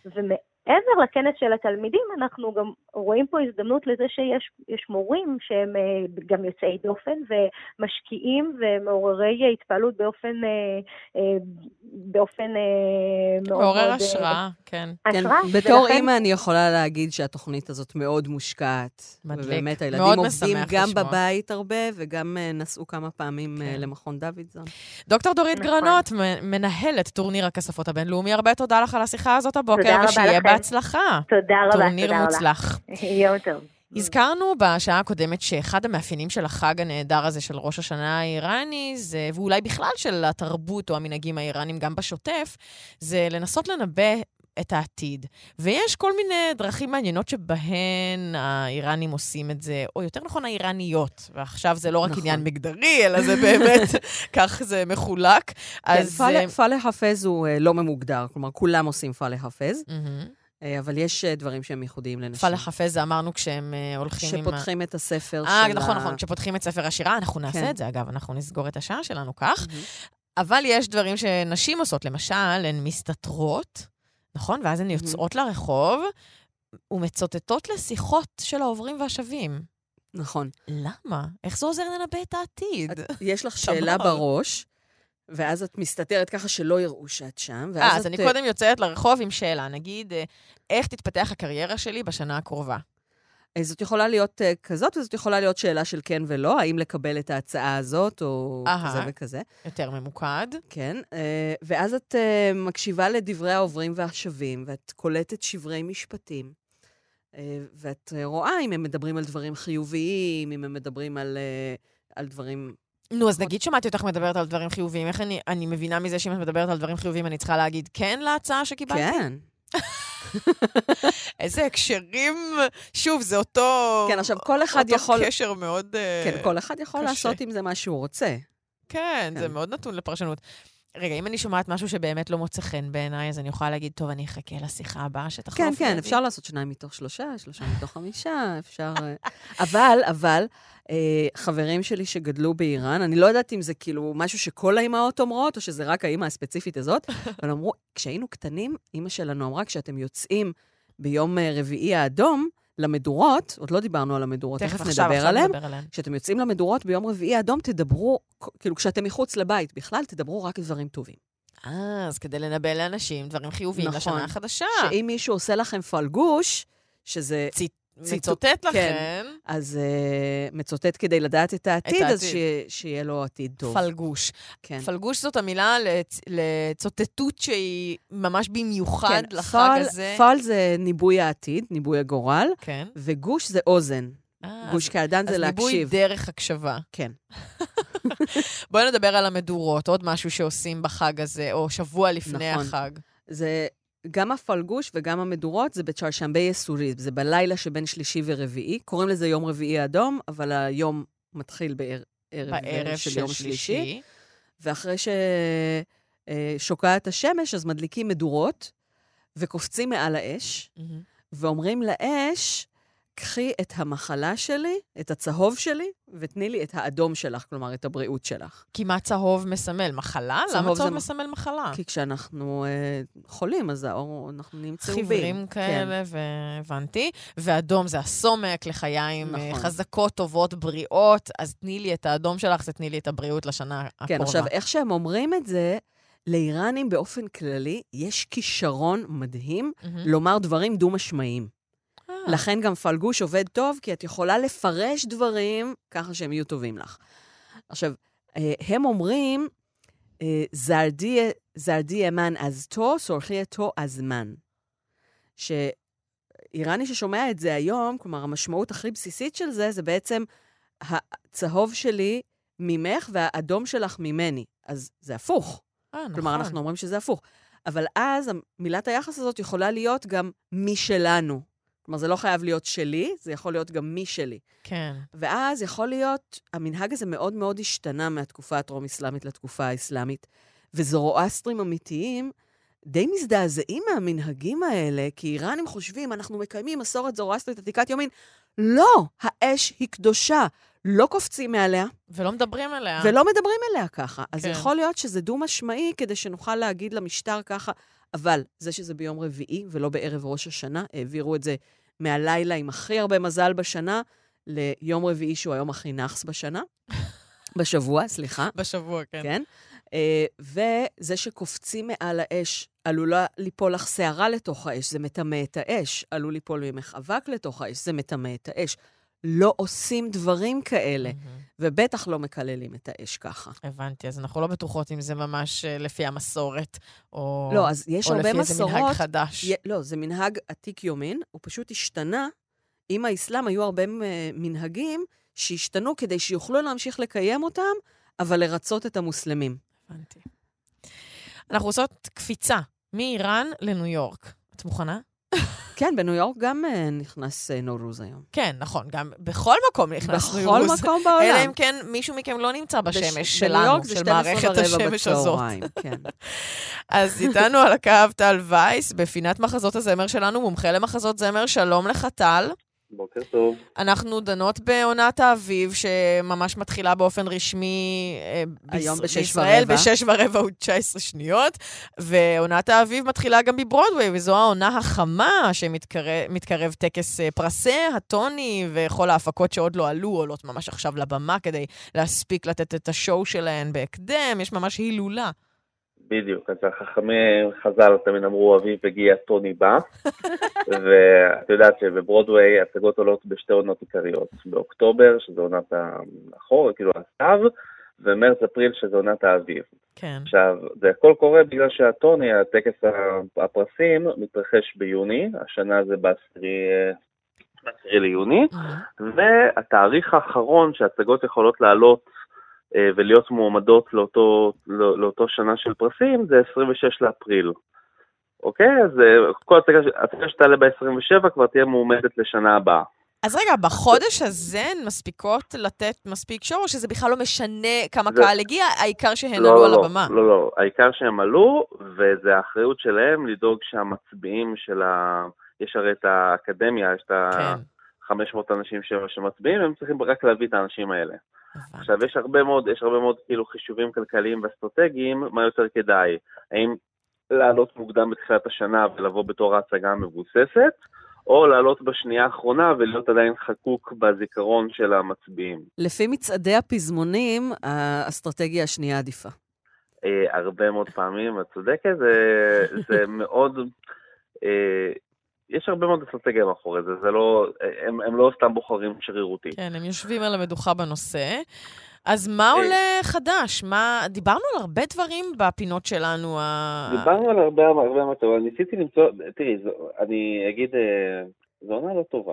ומעבר לכנס של התלמידים, אנחנו גם רואים פה הזדמנות לזה שיש יש מורים שהם אה, גם יוצאי דופן, ומשקיעים ומעוררי התפעלות באופן, אה, אה, באופן אה, מאוד... מעורר השראה, כן. כן. בתור ולכן... אימא אני יכולה להגיד שהתוכנית הזאת מאוד מושקעת. מדליק. ובאמת, הילדים עובדים גם לשמוע. בבית הרבה, וגם נסעו כמה פעמים כן. למכון דוידסון. דוקטור דורית נכון. גרנות, מנהלת טורניר הכספות הבינלאומי, הרבה תודה לך על השיחה הזאת הבוקר, ושיהיה בהצלחה. תודה רבה. טורניר מוצלח. יום טוב. הזכרנו בשעה הקודמת שאחד המאפיינים של החג הנהדר הזה של ראש השנה האיראני, זה, ואולי בכלל של התרבות או המנהגים האיראנים גם בשוטף, זה לנסות לנבא את העתיד. ויש כל מיני דרכים מעניינות שבהן האיראנים עושים את זה, או יותר נכון האיראניות. ועכשיו זה לא רק נכון. עניין מגדרי, אלא זה באמת, כך זה מחולק. כן, אז... פאלה חפז הוא uh, לא ממוגדר, כלומר, כולם עושים פאלה חפז, Mm-hmm. uh, אבל יש uh, דברים שהם ייחודיים לנשים. פאלה חפז, זה אמרנו כשהם uh, הולכים עם... שפותחים את הספר אה, של נכון, ה... נכון, כשפותחים את ספר השירה, אנחנו נעשה כן. את זה, אגב, אנחנו נסגור את השעה שלנו כך. Mm-hmm. אבל יש דברים שנשים עושות, למשל, הן מסתתרות, נכון? ואז הן יוצאות לרחוב, ומצוטטות לשיחות של העוברים והשבים. נכון. למה? איך זה עוזר לנבא את העתיד? את, יש לך שאלה בראש, ואז את מסתתרת ככה שלא יראו שאת שם. אה, אז את... אני קודם יוצאת לרחוב עם שאלה, נגיד, איך תתפתח הקריירה שלי בשנה הקרובה? זאת יכולה להיות uh, כזאת, וזאת יכולה להיות שאלה של כן ולא, האם לקבל את ההצעה הזאת, או Aha, כזה וכזה. יותר ממוקד. כן, uh, ואז את uh, מקשיבה לדברי העוברים והשבים, ואת קולטת שברי משפטים, uh, ואת uh, רואה אם הם מדברים על דברים חיוביים, אם הם מדברים על, uh, על דברים... נו, אז נגיד שמעתי אותך מדברת על דברים חיוביים, איך אני, אני מבינה מזה שאם את מדברת על דברים חיוביים, אני צריכה להגיד כן להצעה שקיבלתי? כן. איזה הקשרים, שוב, זה אותו... כן, עכשיו כל אחד יכול... אותו קשר מאוד כן, כל אחד יכול לעשות עם זה מה שהוא רוצה. כן, זה מאוד נתון לפרשנות. רגע, אם אני שומעת משהו שבאמת לא מוצא חן בעיניי, אז אני יכולה להגיד, טוב, אני אחכה לשיחה הבאה שתחלוף. כן, כן, אפשר לעשות שניים מתוך שלושה, שלושה מתוך חמישה, אפשר... אבל, אבל, חברים שלי שגדלו באיראן, אני לא יודעת אם זה כאילו משהו שכל האימהות אומרות, או שזה רק האימא הספציפית הזאת, אבל אמרו, כשהיינו קטנים, אימא שלנו אמרה, כשאתם יוצאים ביום רביעי האדום, למדורות, עוד לא דיברנו על המדורות, תכף נדבר עליהם, כשאתם יוצאים למדורות ביום רביעי האדום, תדברו, כאילו כשאתם מחוץ לבית בכלל, תדברו רק דברים טובים. אה, אז כדי לנבא לאנשים דברים חיוביים לשנה החדשה. שאם מישהו עושה לכם פלגוש, שזה... מצוטט לכם. אז מצוטט כדי לדעת את העתיד, אז שיהיה לו עתיד טוב. פלגוש. פלגוש זאת המילה לצוטטות שהיא ממש במיוחד לחג הזה. פל זה ניבוי העתיד, ניבוי הגורל, וגוש זה אוזן. גוש קעדן זה להקשיב. אז ניבוי דרך הקשבה. כן. בואי נדבר על המדורות, עוד משהו שעושים בחג הזה, או שבוע לפני החג. זה... גם הפלגוש וגם המדורות זה בצ'רשמבי יסורי, זה בלילה שבין שלישי ורביעי. קוראים לזה יום רביעי אדום, אבל היום מתחיל בערב, בערב של, של יום שלישי. שלישי. ואחרי ששוקעת השמש, אז מדליקים מדורות, וקופצים מעל האש, mm-hmm. ואומרים לאש, קחי את המחלה שלי, את הצהוב שלי, ותני לי את האדום שלך, כלומר, את הבריאות שלך. כי מה צהוב מסמל? מחלה? למה צהוב מסמל מחלה? כי כשאנחנו אה, חולים, אז האור, אנחנו נמצאים בים. חיוורים כאלה, כן. והבנתי. ואדום זה הסומק לחיים, נכון. חזקות, טובות, בריאות, אז תני לי את האדום שלך, זה תני לי את הבריאות לשנה הקרובה. כן, עכשיו, איך שהם אומרים את זה, לאיראנים באופן כללי, יש כישרון מדהים mm-hmm. לומר דברים דו-משמעיים. לכן גם פלגוש עובד טוב, כי את יכולה לפרש דברים ככה שהם יהיו טובים לך. עכשיו, הם אומרים, זרדי אמן אז טו, סורכי טו הזמן. שאיראני ששומע את זה היום, כלומר, המשמעות הכי בסיסית של זה, זה בעצם הצהוב שלי ממך והאדום שלך ממני. אז זה הפוך. אה, נכון. כלומר, אנחנו אומרים שזה הפוך. אבל אז מילת היחס הזאת יכולה להיות גם מי שלנו. כלומר, זה לא חייב להיות שלי, זה יכול להיות גם מי שלי. כן. ואז יכול להיות, המנהג הזה מאוד מאוד השתנה מהתקופה הטרום-אסלאמית לתקופה האסלאמית, וזורואסטרים אמיתיים די מזדעזעים מהמנהגים האלה, כי איראנים חושבים, אנחנו מקיימים מסורת זורואסטרית עתיקת יומין. לא, האש היא קדושה. לא קופצים מעליה. ולא מדברים עליה. ולא מדברים עליה ככה. אז כן. יכול להיות שזה דו-משמעי כדי שנוכל להגיד למשטר ככה, אבל זה שזה ביום רביעי ולא בערב ראש השנה, העבירו את זה מהלילה עם הכי הרבה מזל בשנה, ליום רביעי שהוא היום הכי נחס בשנה. בשבוע, סליחה. בשבוע, כן. כן. וזה שקופצים מעל האש, עלולה ליפול לך שערה לתוך האש, זה מטמא את האש. עלול ליפול ממך אבק לתוך האש, זה מטמא את האש. לא עושים דברים כאלה, mm-hmm. ובטח לא מקללים את האש ככה. הבנתי, אז אנחנו לא בטוחות אם זה ממש לפי המסורת, או, לא, אז יש או הרבה לפי מסורות, איזה מנהג חדש. י... לא, זה מנהג עתיק יומין, הוא פשוט השתנה עם האסלאם היו הרבה מנהגים שהשתנו כדי שיוכלו להמשיך לקיים אותם, אבל לרצות את המוסלמים. הבנתי. אנחנו עושות קפיצה מאיראן לניו יורק. את מוכנה? כן, בניו יורק גם נכנס נורוז היום. כן, נכון, גם בכל מקום נכנס נורוז. בכל מקום בעולם. אלא אם כן מישהו מכם לא נמצא בשמש שלנו, של מערכת השמש הזאת. אז איתנו על הקו טל וייס, בפינת מחזות הזמר שלנו, מומחה למחזות זמר. שלום לך, טל. בוקר טוב. אנחנו דנות בעונת האביב, שממש מתחילה באופן רשמי היום בשש בישראל, ורבע. בשש ורבע ושתשע עשרה שניות, ועונת האביב מתחילה גם בברודווי, וזו העונה החמה שמתקרב טקס פרסי, הטוני, וכל ההפקות שעוד לא עלו, עולות ממש עכשיו לבמה, כדי להספיק לתת את השואו שלהן בהקדם, יש ממש הילולה. בדיוק, אז החכמי חז"ל תמיד אמרו, אביב הגיע טוני בא, ואת יודעת שבברודווי הצגות עולות בשתי עונות עיקריות, באוקטובר, שזו עונת האחור, כאילו הסתיו, ומרץ אפריל, שזו עונת האביב. כן. עכשיו, זה הכל קורה בגלל שהטוני, הטקס הפרסים, מתרחש ביוני, השנה זה בעשירי ליוני, והתאריך האחרון שהצגות יכולות לעלות, ולהיות מועמדות לאותו, לא, לאותו שנה של פרסים, זה עשרים ושש לאפריל. אוקיי? אז כל הצגה שתעלה ב-עשרים ושבע כבר תהיה מועמדת לשנה הבאה. אז רגע, בחודש הזה הן מספיקות לתת מספיק שואו, או שזה בכלל לא משנה כמה זה... קהל הגיע, העיקר שהן לא, עלו לא, על לא, הבמה? לא, לא, העיקר שהן עלו, וזה האחריות שלהם לדאוג שהמצביעים של ה... יש הרי את האקדמיה, יש את ה-חמש מאות אנשים שמצביעים, הם צריכים רק להביא את האנשים האלה. עכשיו, יש הרבה מאוד, יש הרבה מאוד כאילו חישובים כלכליים ואסטרטגיים, מה יותר כדאי? האם לעלות מוקדם בתחילת השנה ולבוא בתור ההצגה המבוססת, או לעלות בשנייה האחרונה ולהיות עדיין חקוק בזיכרון של המצביעים? לפי מצעדי הפזמונים, האסטרטגיה השנייה עדיפה. אה, הרבה מאוד פעמים, את צודקת, זה, זה מאוד... אה, יש הרבה מאוד אסטרטגיה מאחורי זה, זה לא, הם, הם לא סתם בוחרים שרירותי. כן, הם יושבים על המדוכה בנושא. אז מה עולה חדש? מה, דיברנו על הרבה דברים בפינות שלנו. דיברנו על הרבה, הרבה מאוד טוב. ניסיתי למצוא, תראי, זו, אני אגיד, זו עונה לא טובה.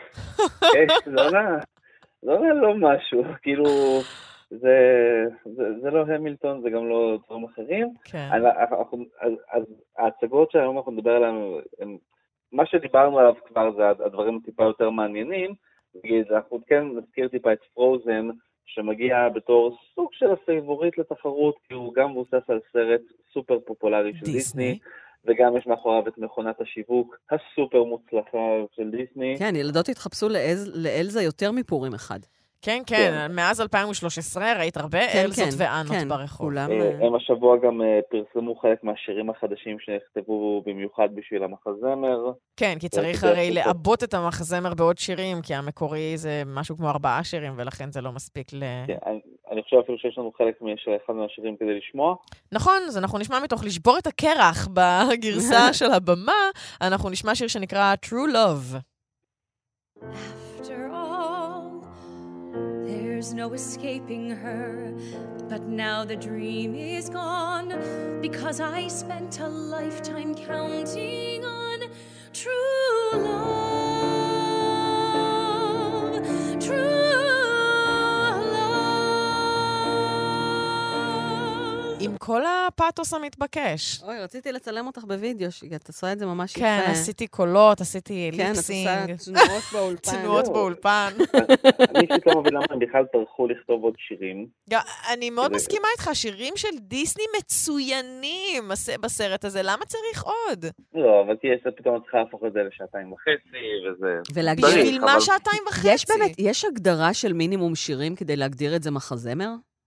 זו עונה, זו עונה לא משהו, כאילו, זה, זה, זה לא המילטון, זה גם לא דברים אחרים. כן. אנחנו, אז, אז ההצגות שהיום אנחנו נדבר עליהן, הן, מה שדיברנו עליו כבר זה הדברים טיפה יותר מעניינים, אנחנו כן נזכיר טיפה את פרוזן, שמגיע בתור סוג של הפייבוריט לתחרות, כי הוא גם מבוסס על סרט סופר פופולרי של דיסני, וגם יש מאחוריו את מכונת השיווק הסופר מוצלחה של דיסני. כן, ילדות התחפשו לאלזה יותר מפורים אחד. כן, כן, מאז אלפיים ושלוש עשרה ראית הרבה אלזות ואנות ברחוב. הם השבוע גם פרסמו חלק מהשירים החדשים שנכתבו במיוחד בשביל המחזמר. כן, כי צריך הרי לעבות את המחזמר בעוד שירים, כי המקורי זה משהו כמו ארבעה שירים, ולכן זה לא מספיק ל... אני חושב אפילו שיש לנו חלק של אחד מהשירים כדי לשמוע. נכון, אז אנחנו נשמע מתוך לשבור את הקרח בגרסה של הבמה, אנחנו נשמע שיר שנקרא True Love. There's no escaping her, but now the dream is gone, because I spent a lifetime counting on true love, true love. עם כל הפאטוס המתבקש. אוי, רציתי לצלם אותך בווידאו, את עושה את זה ממש יפה. כן, עשיתי קולות, עשיתי ליפסינג. כן, את עושה תנועות באולפן. תנועות באולפן. אני אישית לא מבין למה הם בכלל טרחו לכתוב עוד שירים. אני מאוד מסכימה איתך, שירים של דיסני מצוינים בסרט הזה, למה צריך עוד? לא, אבל תהיה, פתאום צריכה להפוך את זה לשעתיים וחצי, וזה... בשביל מה שעתיים וחצי? יש באמת, יש הגדרה של מינימום שירים כדי להגדיר את זה מחזמר?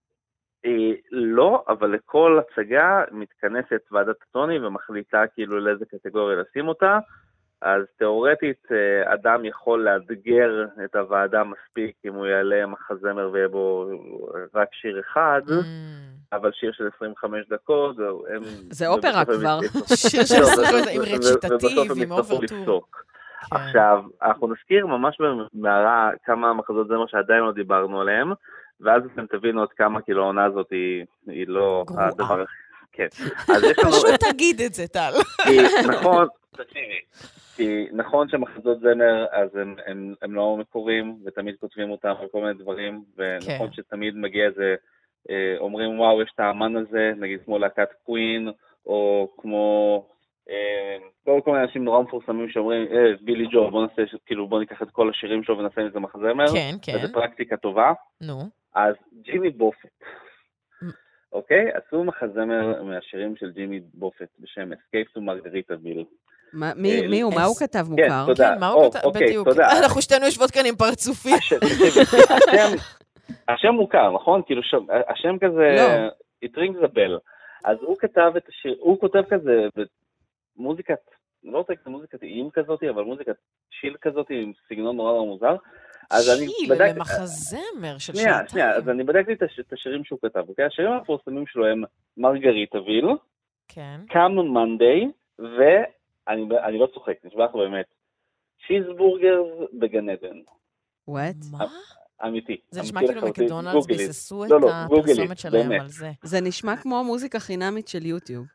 לא, אבל לכל הצגה מתכנסת ועדת הטוני ומחליטה כאילו לאיזה קטגוריה לשים אותה, אז תיאורטית אדם יכול לאתגר את הוועדה מספיק אם הוא יעלה מחזמר ויהיה בו רק שיר אחד, אבל שיר של עשרים וחמש דקות, זה אופרה כבר. שיר של עשרים וחמש עם רציטטיב, עם אוברטור. עכשיו, אנחנו נזכיר ממש במערה כמה מחזות זמר שעדיין לא דיברנו עליהם, ואז אתם תבינו עוד כמה, כאילו העונה הזאת היא, היא לא הדבר... כן. פשוט תגיד את זה, טל. נכון, תקשיבי, כי נכון שמחזות זמר, אז הם, הם, הם לא מקוריים, ותמיד כותבים אותם על כל מיני דברים, ונכון כן. שתמיד מגיע איזה, אה, אומרים, וואו, יש את האמן הזה, נגיד כמו להקת קווין, או כמו, אה, כל כל מיני אנשים נורא מפורסמים שאומרים, אה, בילי ג'ו, בוא נעשה, כאילו, בוא ניקח את כל השירים שלו ונעשה איזה מחזמר, כן, כן. וזו פרקטיקה טובה. נו. אז ג'ימי בופט, אוקיי? עשו מחזמר מהשירים של ג'ימי בופט בשם Escape to Margaritaville. מי הוא? מה הוא כתב מוכר? כן, תודה. כן, מה הוא כתב? אוקיי, בדיוק. תודה. אנחנו שתינו יושבות כאן עם פרצופים. השם מוכר, נכון? כאילו, השם כזה, it rings a bell. אז הוא כתב את השיר, הוא כותב כזה במוזיקת, לא רוצה את מוזיקת איים כזאת, אבל מוזיקת שיל כזאת עם סגנון נורא נורא מוזר. שיל, למחזמר של שעתיים. שנייה, שנייה, אז אני בדקתי את השירים שהוא כתב, אוקיי? השירים המפורסמים שלו הם מרגריטוויל, Come on Monday, ואני לא צוחק, נשבע לך באמת, צ'יזבורגרס בגן עדן. What? מה? אמיתי. זה נשמע כאילו מקדונלדס ביססו את הפרסומת שלהם על זה. זה נשמע כמו מוזיקה חינמית של יוטיוב.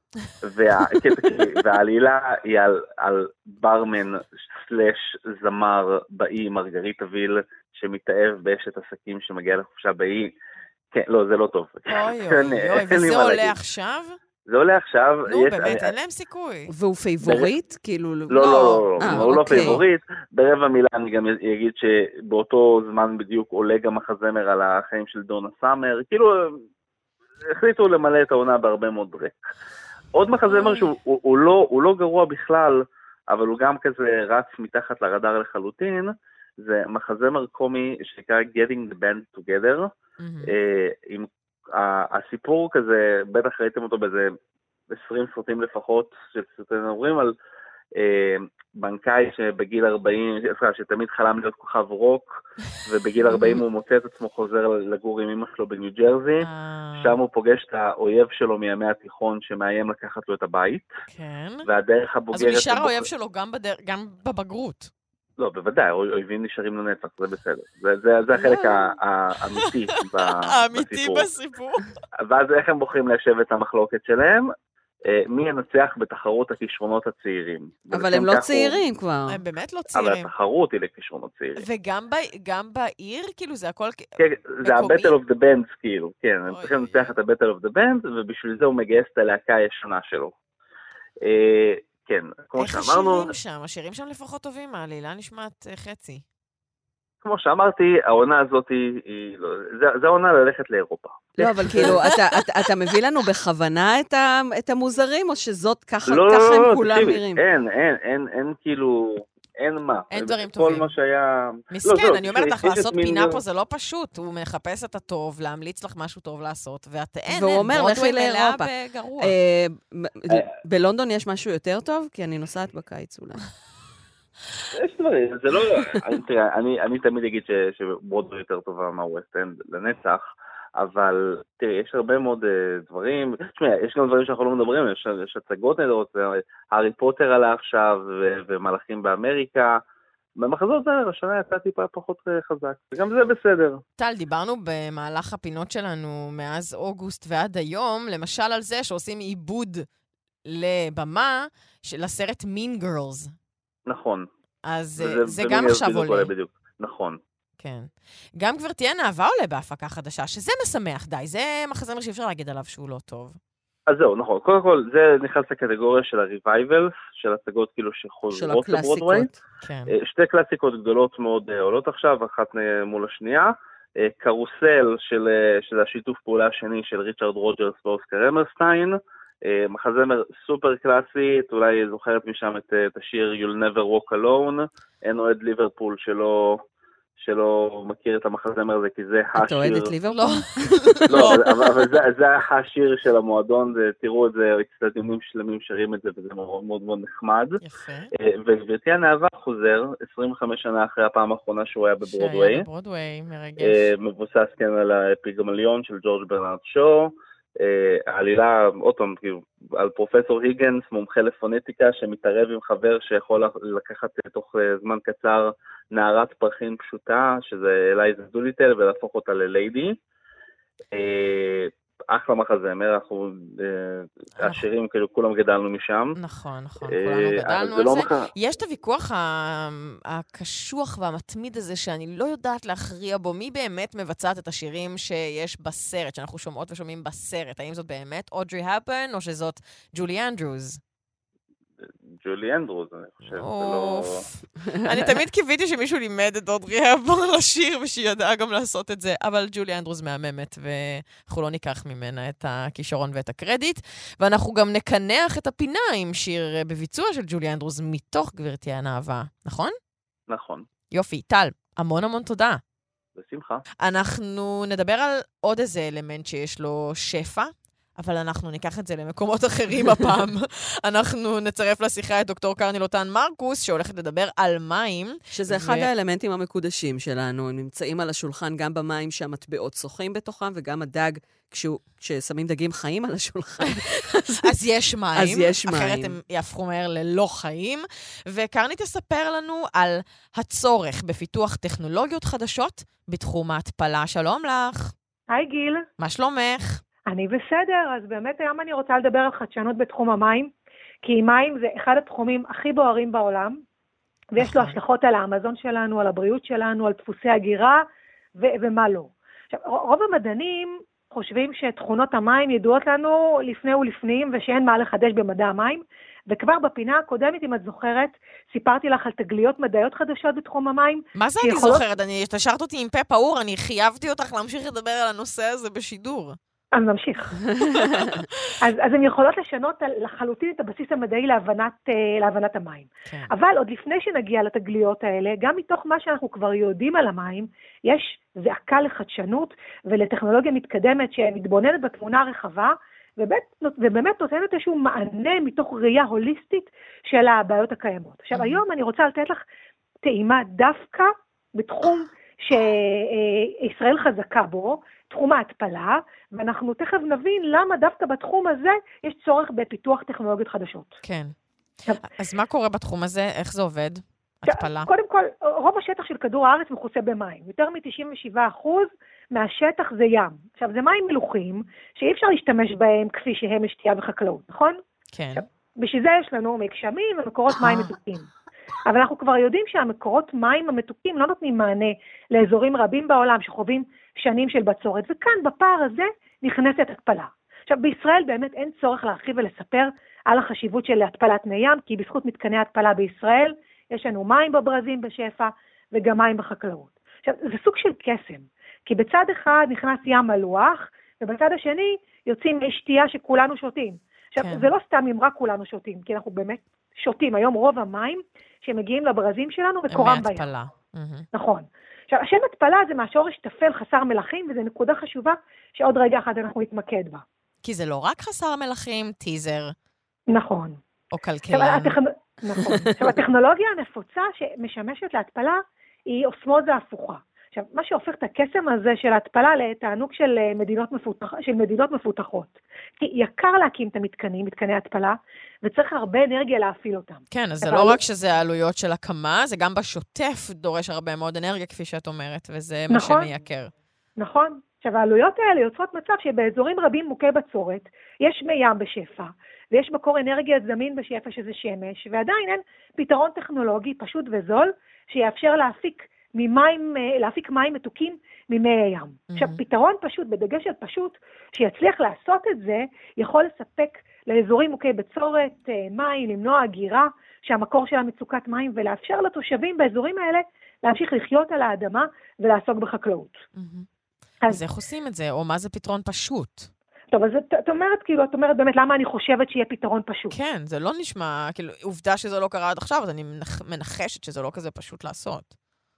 והעלילה היא על ברמן סלש זמר באי מרגריטוויל, שמתאהב באשת עסקים שמגיע לחופשה באי. כן, לא, זה לא טוב. אוי אוי אוי, וזה עולה עכשיו? זה עולה עכשיו. נו, באמת, אין להם סיכוי. והוא פייבוריט? כאילו... לא, לא, לא, הוא לא פייבוריט. ברבע מילה אני גם אגיד שבאותו זמן בדיוק עולה גם החזמר על החיים של דונה סאמר. כאילו, החליטו למלא את העונה בהרבה מאוד ברק. עוד מחזמר שהוא לא גרוע בכלל, אבל הוא גם כזה רץ מתחת לרדאר לחלוטין, זה מחזמר קומי שנקרא Getting the Band Together, עם הסיפור כזה, בטח ראיתם אותו באיזה עשרים סרטים לפחות, שאתם אומרים על אה, בנקאי שבגיל ארבעים, שתמיד חלם להיות כוכב רוק, ובגיל ארבעים הוא מוצא את עצמו חוזר לגור עם אמא שלו בניו ג'רזי, שם הוא פוגש את האויב שלו מימי התיכון שמאיים לקחת לו את הבית, כן. והדרך הבוגרת... אז הוא נשאר האויב שלו גם, בדר... גם בבגרות. לא, בוודאי, אויבים נשארים לנצח, זה בסדר. זה, זה, זה החלק האמיתי בסיפור. האמיתי בסיפור. ואז איך הם בוחרים ליישב את המחלוקת שלהם? מי ינצח בתחרות הכישרונות הצעירים. אבל הם לא צעירים כבר. הם באמת לא צעירים. אבל התחרות היא לכישרונות צעירים. וגם בעיר, כאילו, זה הכל כן, זה ה-Battle of the Bands, כאילו, כן. הם צריכים לנצח את ה-Battle of the Bands, ובשביל זה הוא מגייס את הלהקה הישנה שלו. כן, כמו שאמרנו... איך השירים שם? השירים שם לפחות טובים, העלילה נשמעת חצי. כמו שאמרתי, העונה הזאת היא... זה העונה ללכת לאירופה. לא, אבל כאילו, אתה מביא לנו בכוונה את המוזרים, או שזאת ככה הם כולם נראים? אין, אין, אין, אין כאילו... אין מה. אין דברים טובים. כל מה שהיה... מסכן, אני אומרת לך, לעשות פינה פה זה לא פשוט. הוא מחפש את הטוב, להמליץ לך משהו טוב לעשות, ואת אין, והוא אומר, לכי לאירופה. בגרוע. בלונדון יש משהו יותר טוב? כי אני נוסעת בקיץ אולי. יש דברים, זה לא... תראה, אני תמיד אגיד שברודווי יותר טובה מהווסט אנד לנצח, אבל תראי, יש הרבה מאוד דברים, תשמע, יש גם דברים שאנחנו לא מדברים, יש הצגות נהדרות, הארי פוטר עלה עכשיו, ומלאכים באמריקה, במחזות זה, השנה יצא טיפה פחות חזק, וגם זה בסדר. טל, דיברנו במהלך הפינות שלנו מאז אוגוסט ועד היום, למשל על זה שעושים עיבוד לבמה של הסרט Mean Girls. נכון. אז זה גם עכשיו עולה. נכון. כן. גם גברתי הנאהבה עולה בהפקה חדשה, שזה משמח די. זה מחזמר שאי אפשר להגיד עליו שהוא לא טוב. אז זהו, נכון. קודם כל, זה נכנס לקטגוריה של ה-revival, של הצגות כאילו שחוזרות לברודווי. כן. שתי קלאסיקות גדולות מאוד עולות עכשיו, אחת מול השנייה. קרוסל של, של השיתוף פעולה השני של ריצ'רד רוג'רס ואוסקר אמרסטיין. מחזמר סופר קלאסית, אולי זוכרת משם את, את השיר You'll Never Walk Alone. אין אוהד ליברפול שלא... שלא מכיר את המחזמר הזה, כי זה השיר... את אוהדת ליברפול? לא, אבל זה השיר של המועדון, תראו את זה, אצטדיונים שלמים שרים את זה, וזה מאוד מאוד נחמד. יפה. וגברתי הנאהבה חוזר, עשרים וחמש שנה אחרי הפעם האחרונה שהוא היה בברודווי. שהיה בברודווי, מרגש. מבוסס כן על הפיגמליון של ג'ורג' ברנרד שו, העלילה, עוד פעם, על פרופסור היגנס, מומחה לפונטיקה, שמתערב עם חבר שיכול לקחת תוך זמן קצר נערת פרחים פשוטה, שזה אלייזה דוליטל, ולהפוך אותה לליידי. אחלה מחזמר, אנחנו עשירים, כאילו כולם גדלנו משם. נכון, נכון, כולנו גדלנו על זה. יש את הוויכוח הקשוח והמתמיד הזה, שאני לא יודעת להכריע בו, מי באמת מבצעת את השירים שיש בסרט, שאנחנו שומעות ושומעים בסרט? האם זאת באמת אודרי הפן, או שזאת ג'ולי אנדרוס? ג'ולי אנדרוס, אני חושב, זה לא... אני תמיד קיוויתי שמישהו לימד את אודרי הפן לשיר, ושהיא ידעה גם לעשות את זה, אבל ג'ולי אנדרוס מהממת, ואנחנו לא ניקח ממנה את הכישרון ואת הקרדיט, ואנחנו גם נקנח את הפינה עם שיר בביצוע של ג'ולי אנדרוס, מתוך גברתי הנאווה, נכון? נכון. יופי, טל, המון המון תודה. בשמחה. אנחנו נדבר על עוד איזה אלמנט שיש לו שפע, אבל אנחנו ניקח את זה למקומות אחרים הפעם. אנחנו נצרף לשיחה את דוקטור קרני לוטן מרקוס, שהולכת לדבר על מים. שזה אחד האלמנטים המקודשים שלנו. הם נמצאים על השולחן גם במים שהמטבעות שוחים בתוכם, וגם הדג, כששמים דגים חיים על השולחן. אז יש מים. אז יש מים. אחרת הם יהפכו מהר ללא חיים. וקרני תספר לנו על הצורך בפיתוח טכנולוגיות חדשות בתחום ההתפלה. שלום לך. היי גיל. מה שלומך? אני בסדר, אז באמת היום אני רוצה לדבר על חדשנות בתחום המים, כי מים זה אחד התחומים הכי בוערים בעולם, ויש לו השלכות על המזון שלנו, על הבריאות שלנו, על דפוסי הגירה, ו- ומה לא. עכשיו, רוב המדענים חושבים שתכונות המים ידועות לנו לפני ולפנים, ושאין מה לחדש במדע המים, וכבר בפינה הקודמת, אם את זוכרת, סיפרתי לך על תגליות מדעיות חדשות בתחום המים. מה זה אני זוכרת? אני השארת אותי עם פה פעור, אני חייבתי אותך להמשיך לדבר על הנושא הזה בשידור. אז נמשיך. אז, אז הן יכולות לשנות לחלוטין את הבסיס המדעי להבנת, להבנת המים. כן. אבל עוד לפני שנגיע לתגליות האלה, גם מתוך מה שאנחנו כבר יודעים על המים, יש זעקה לחדשנות ולטכנולוגיה מתקדמת שמתבוננת בתמונה הרחבה, ובאמת, ובאמת נותנת איזשהו מענה מתוך ראייה הוליסטית של הבעיות הקיימות. עכשיו, היום אני רוצה לתת לך טעימה דווקא בתחום שישראל חזקה בו, תחום ההתפלה, ואנחנו תכף נבין למה דווקא בתחום הזה יש צורך בפיתוח טכנולוגיות חדשות. כן. אז מה קורה בתחום הזה? איך זה עובד? התפלה? קודם כל, רוב השטח של כדור הארץ מכוסה במים. יותר מ-תשעים ושבעה אחוז מהשטח זה ים. עכשיו, זה מים מלוכים, שאי אפשר להשתמש בהם כפי שהם לשתייה וחקלאות, נכון? כן. עכשיו, בשביל זה יש לנו מי גשמים ומקורות מים מתוקים. אבל אנחנו כבר יודעים שהמקורות מים המתוקים לא נותנים מענה לאזורים רבים בעולם שחווים שנים של בצורת, וכאן בפער הזה נכנסת התפלה. עכשיו, בישראל באמת אין צורך להרחיב ולספר על החשיבות של התפלת מי ים, כי בזכות מתקני התפלה בישראל יש לנו מים בברזים בשפע וגם מים בחקלאות. עכשיו, זה סוג של קסם, כי בצד אחד נכנס ים מלוח, ובצד השני יוצאים מי שתייה שכולנו שותים. עכשיו, כן. זה לא סתם אם רק כולנו שותים, כי אנחנו באמת שותים. היום רוב המים שמגיעים לברזים שלנו מקורם בים. מהתפלה. נכון. עכשיו, השם התפלה זה מהשורש תפל חסר מלחים, וזו נקודה חשובה שעוד רגע אחד אנחנו נתמקד בה. כי זה לא רק חסר מלחים, טיזר. נכון. או כלכלן. הטכ... נכון. עכשיו, הטכנולוגיה הנפוצה שמשמשת להתפלה היא אוסמוזה הפוכה. עכשיו, מה שהופך את הקסם הזה של ההתפלה לתענוג של מדינות, מפותח... של מדינות מפותחות. כי יקר להקים את המתקנים, מתקני התפלה, וצריך הרבה אנרגיה להפעיל אותם. כן, אז זה לא רק שזה העלויות של הקמה, זה גם בשוטף דורש הרבה מאוד אנרגיה, כפי שאת אומרת, וזה נכון, מה שמייקר. נכון. עכשיו, העלויות האלה יוצרות מצב שבאזורים רבים מוכי בצורת, יש מי ים בשפע, ויש מקור אנרגיה זמין בשפע שזה שמש, ועדיין אין פתרון טכנולוגי פשוט וזול, שיאפשר להפיק ממים, להפיק מים מתוקים ממי הים. Mm-hmm. עכשיו, פתרון פשוט, בדגש על פשוט, שיצליח לעשות את זה, יכול לספק לאזורים מוכי בצורת, מים, למנוע הגירה, שהמקור שלה מצוקת מים, ולאפשר לתושבים באזורים האלה להמשיך לחיות על האדמה ולעסוק בחקלאות. Mm-hmm. אז, אז איך עושים את זה? או מה זה פתרון פשוט? טוב, אז את, את אומרת, כאילו, את אומרת באמת למה אני חושבת שיהיה פתרון פשוט. כן, זה לא נשמע, כאילו, עובדה שזה לא קרה עד עכשיו, אז אני מנחשת שזה לא כזה פשוט לעשות.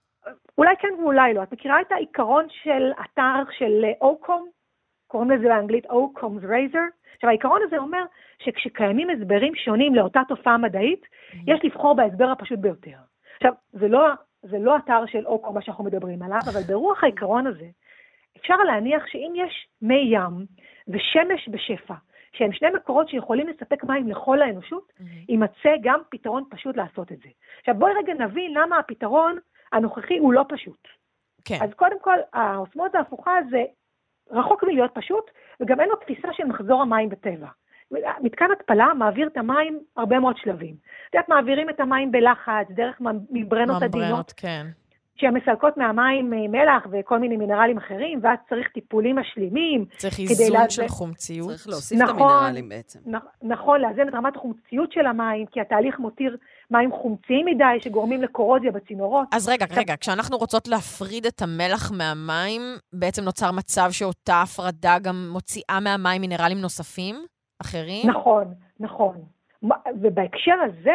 אולי כן ואולי לא. את מכירה את העיקרון של אתר של אוקום? קוראים לזה באנגלית Occam's Razor. עכשיו, העיקרון הזה אומר שכשקיימים הסברים שונים לאותה תופעה מדעית, mm-hmm. יש לבחור בהסבר הפשוט ביותר. עכשיו, זה לא, זה לא אתר של אוקום, מה שאנחנו מדברים עליו, אבל ברוח העיקרון הזה, אפשר להניח שאם יש מי ים ושמש בשפע, שהם שני מקורות שיכולים לספק מים לכל האנושות, mm-hmm. יימצא גם פתרון פשוט לעשות את זה. עכשיו, בואי רגע נבין למה הפתרון הנוכחי הוא לא פשוט. כן. אז קודם כל, האוסמוזה ההפוכה זה רחוק מלהיות פשוט, וגם אין לו תפיסה של מחזור המים בטבע. מתקן התפלה מעביר את המים הרבה מאוד שלבים. את יודעת, מעבירים את המים בלחץ, דרך ממברנות עדינות, כן. שמסלקות מהמים מלח וכל מיני מינרלים אחרים, ואז צריך טיפולים משלימים. צריך איזון של חומציות. צריך להוסיף את המינרלים בעצם. נכון, לאזן את רמת החומציות של המים, כי התהליך מותיר מים חומציים מדי, שגורמים לקורוזיה בצינורות. אז רגע, רגע, כשאנחנו רוצות להפריד את המלח מהמים, בעצם נוצר מצב שאותה הפרדה גם מוציאה מהמים מינרלים נוספים, אחרים? נכון, נכון. ובהקשר הזה,